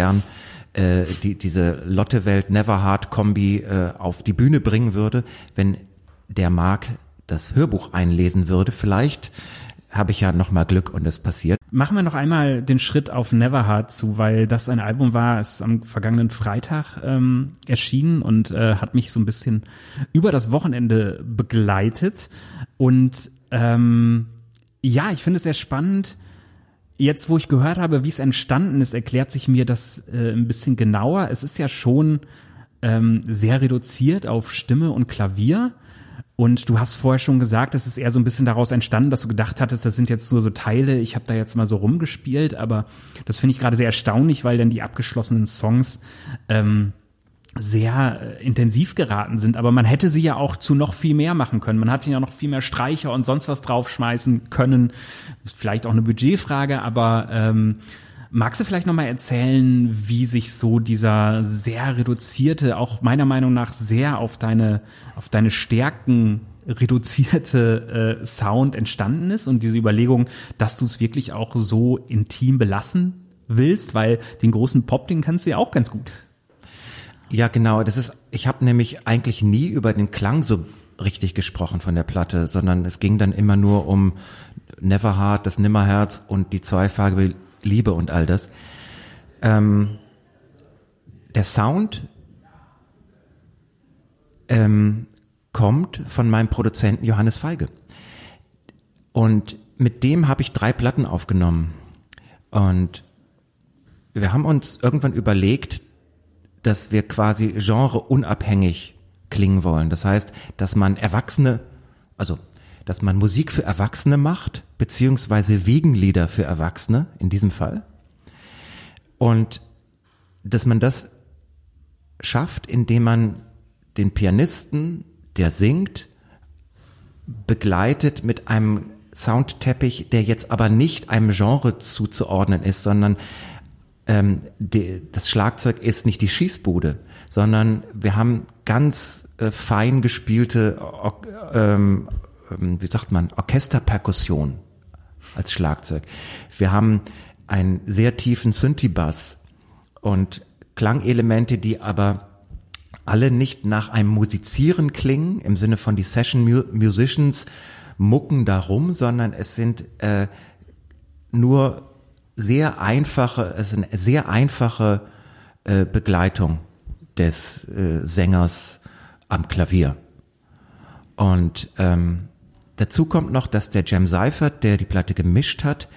diese Lotte-Welt Neverhard-Kombi auf die Bühne bringen würde, wenn der Marc das Hörbuch einlesen würde. Vielleicht habe ich ja noch mal Glück und es passiert. Machen wir noch einmal den Schritt auf Neverhard zu, weil das ein Album war, es ist am vergangenen Freitag erschienen und hat mich so ein bisschen über das Wochenende begleitet. Und ja, ich finde es sehr spannend. Jetzt, wo ich gehört habe, wie es entstanden ist, erklärt sich mir das ein bisschen genauer. Es ist ja schon sehr reduziert auf Stimme und Klavier. Und du hast vorher schon gesagt, es ist eher so ein bisschen daraus entstanden, dass du gedacht hattest, das sind jetzt nur so Teile, ich habe da jetzt mal so rumgespielt. Aber das finde ich gerade sehr erstaunlich, weil dann die abgeschlossenen Songs sehr intensiv geraten sind, aber man hätte sie ja auch zu noch viel mehr machen können. Man hätte ja noch viel mehr Streicher und sonst was draufschmeißen können. Ist vielleicht auch eine Budgetfrage, aber magst du vielleicht nochmal erzählen, wie sich so dieser sehr reduzierte, auch meiner Meinung nach sehr auf deine Stärken reduzierte Sound entstanden ist und diese Überlegung, dass du es wirklich auch so intim belassen willst, weil den großen Pop, den kannst du ja auch ganz gut. Ja, genau. Ich habe nämlich eigentlich nie über den Klang so richtig gesprochen von der Platte, sondern es ging dann immer nur um Neverhard, das Nimmerherz und die zweifarbige Liebe und all das. Der Sound kommt von meinem Produzenten Johannes Feige. Und mit dem habe ich 3 Platten aufgenommen. Und wir haben uns irgendwann überlegt, dass wir quasi genreunabhängig klingen wollen. Das heißt, dass man dass man Musik für Erwachsene macht, beziehungsweise Wiegenlieder für Erwachsene, in diesem Fall. Und dass man das schafft, indem man den Pianisten, der singt, begleitet mit einem Soundteppich, der jetzt aber nicht einem Genre zuzuordnen ist, sondern das Schlagzeug ist nicht die Schießbude, sondern wir haben ganz fein gespielte, Orchesterperkussion als Schlagzeug. Wir haben einen sehr tiefen Synthi-Bass und Klangelemente, die aber alle nicht nach einem Musizieren klingen, im Sinne von die Session-Musicians mucken darum, sondern es sind nur sehr einfache Begleitung des Sängers am Klavier. Und dazu kommt noch, dass der Jem Seifert, der die Platte gemischt hat,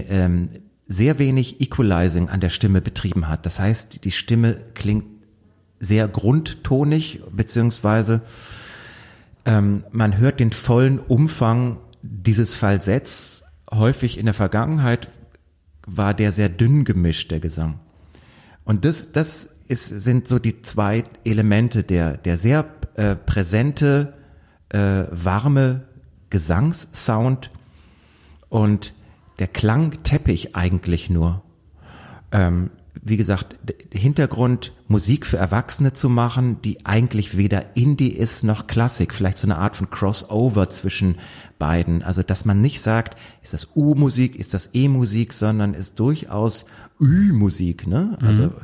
sehr wenig Equalizing an der Stimme betrieben hat. Das heißt, die Stimme klingt sehr grundtonig, beziehungsweise man hört den vollen Umfang dieses Falsetts. Häufig in der Vergangenheit war der sehr dünn gemischt, der Gesang. Und das sind so die zwei Elemente, der sehr präsente, warme Gesangssound und der Klangteppich eigentlich nur. Wie gesagt, Hintergrund, Musik für Erwachsene zu machen, die eigentlich weder Indie ist noch Klassik, vielleicht so eine Art von Crossover zwischen beiden. Also, dass man nicht sagt, ist das U-Musik, ist das E-Musik, sondern ist durchaus Ü-Musik, ne?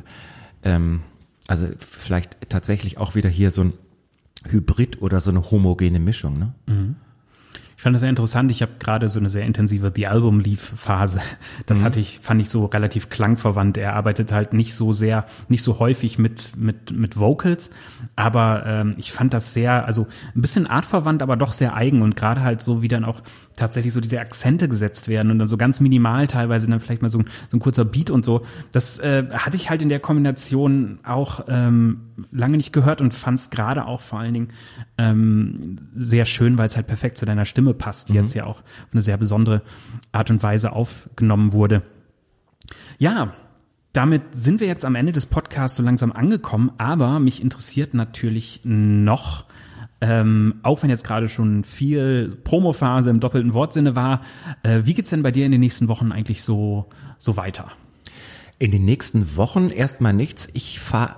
Also vielleicht tatsächlich auch wieder hier so ein Hybrid oder so eine homogene Mischung, ne? Mhm. Ich fand das sehr interessant. Ich habe gerade so eine sehr intensive The Album Leaf Phase. Das fand ich so relativ klangverwandt. Er arbeitet halt nicht so häufig mit Vocals, aber ich fand das sehr, also ein bisschen artverwandt, aber doch sehr eigen und gerade halt so, wie dann auch tatsächlich so diese Akzente gesetzt werden und dann so ganz minimal teilweise dann vielleicht mal so ein kurzer Beat und so. Das hatte ich halt in der Kombination auch lange nicht gehört und fand es gerade auch vor allen Dingen sehr schön, weil es halt perfekt zu deiner Stimme passt, die jetzt ja auch auf eine sehr besondere Art und Weise aufgenommen wurde. Ja, damit sind wir jetzt am Ende des Podcasts so langsam angekommen, aber mich interessiert natürlich noch, auch wenn jetzt gerade schon viel Promophase im doppelten Wortsinne war, wie geht's denn bei dir in den nächsten Wochen eigentlich so weiter? In den nächsten Wochen erstmal nichts. Ich fahre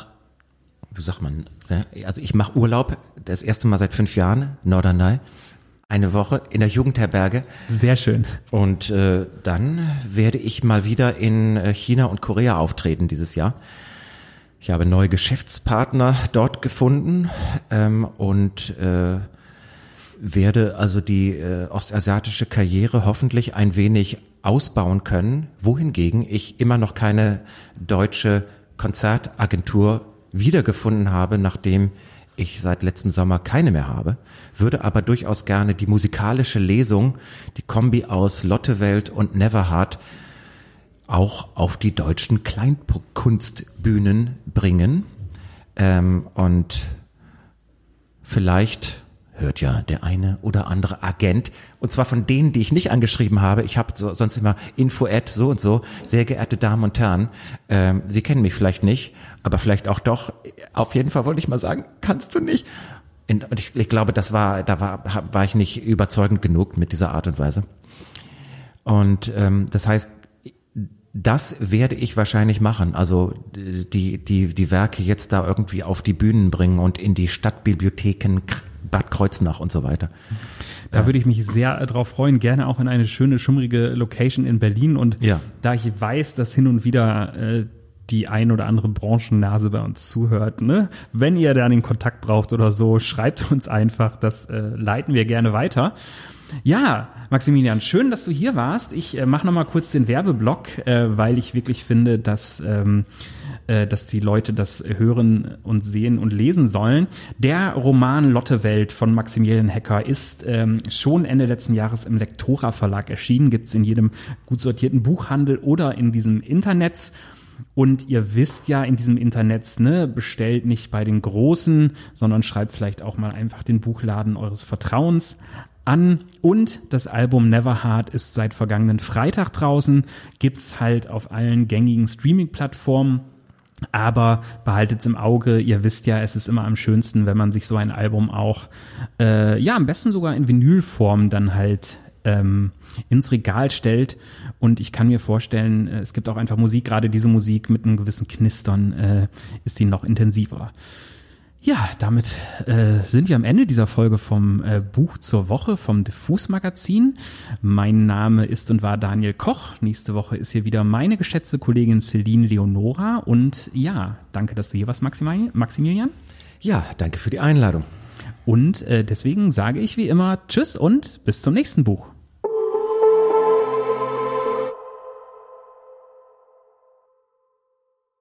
also ich mache Urlaub, das erste Mal seit 5 Jahren, Norderney. Eine Woche in der Jugendherberge. Sehr schön. Und dann werde ich mal wieder in China und Korea auftreten dieses Jahr. Ich habe neue Geschäftspartner dort gefunden und werde also die ostasiatische Karriere hoffentlich ein wenig ausbauen können, wohingegen ich immer noch keine deutsche Konzertagentur wiedergefunden habe, nachdem ich seit letztem Sommer keine mehr habe, würde aber durchaus gerne die musikalische Lesung, die Kombi aus Lottewelt und Neverhard, auch auf die deutschen Kleinkunstbühnen bringen. Und vielleicht hört ja der eine oder andere Agent, und zwar von denen, die ich nicht angeschrieben habe. Ich habe sonst immer info@ so und so. Sehr geehrte Damen und Herren, Sie kennen mich vielleicht nicht, aber vielleicht auch doch. Auf jeden Fall wollte ich mal sagen, kannst du nicht. Und ich glaube, da war ich nicht überzeugend genug mit dieser Art und Weise. Und das heißt, das werde ich wahrscheinlich machen. Also die Werke jetzt da irgendwie auf die Bühnen bringen und in die Stadtbibliotheken Bad Kreuznach und so weiter. Da würde ich mich sehr drauf freuen, gerne auch in eine schöne, schummrige Location in Berlin. Und da ich weiß, dass hin und wieder die ein oder andere Branchennase bei uns zuhört, ne? Wenn ihr da den Kontakt braucht oder so, schreibt uns einfach, das leiten wir gerne weiter. Ja, Maximilian, schön, dass du hier warst. Ich mache nochmal kurz den Werbeblock, weil ich wirklich finde, dass die Leute das hören und sehen und lesen sollen. Der Roman Lottewelt von Maximilian Hecker ist schon Ende letzten Jahres im Lektora Verlag erschienen, gibt's in jedem gut sortierten Buchhandel oder in diesem Internet. Und ihr wisst ja in diesem Internet, ne, bestellt nicht bei den Großen, sondern schreibt vielleicht auch mal einfach den Buchladen eures Vertrauens an. Und das Album Neverhard ist seit vergangenen Freitag draußen, gibt's halt auf allen gängigen Streaming-Plattformen. Aber behaltet's im Auge, ihr wisst ja, es ist immer am schönsten, wenn man sich so ein Album auch, am besten sogar in Vinylform dann halt ins Regal stellt. Und ich kann mir vorstellen, es gibt auch einfach Musik, gerade diese Musik mit einem gewissen Knistern ist die noch intensiver. Ja, damit sind wir am Ende dieser Folge vom Buch zur Woche vom Diffus Magazin. Mein Name ist und war Daniel Koch. Nächste Woche ist hier wieder meine geschätzte Kollegin Celine Leonora. Und ja, danke, dass du hier warst, Maximilian. Ja, danke für die Einladung. Und deswegen sage ich wie immer Tschüss und bis zum nächsten Buch.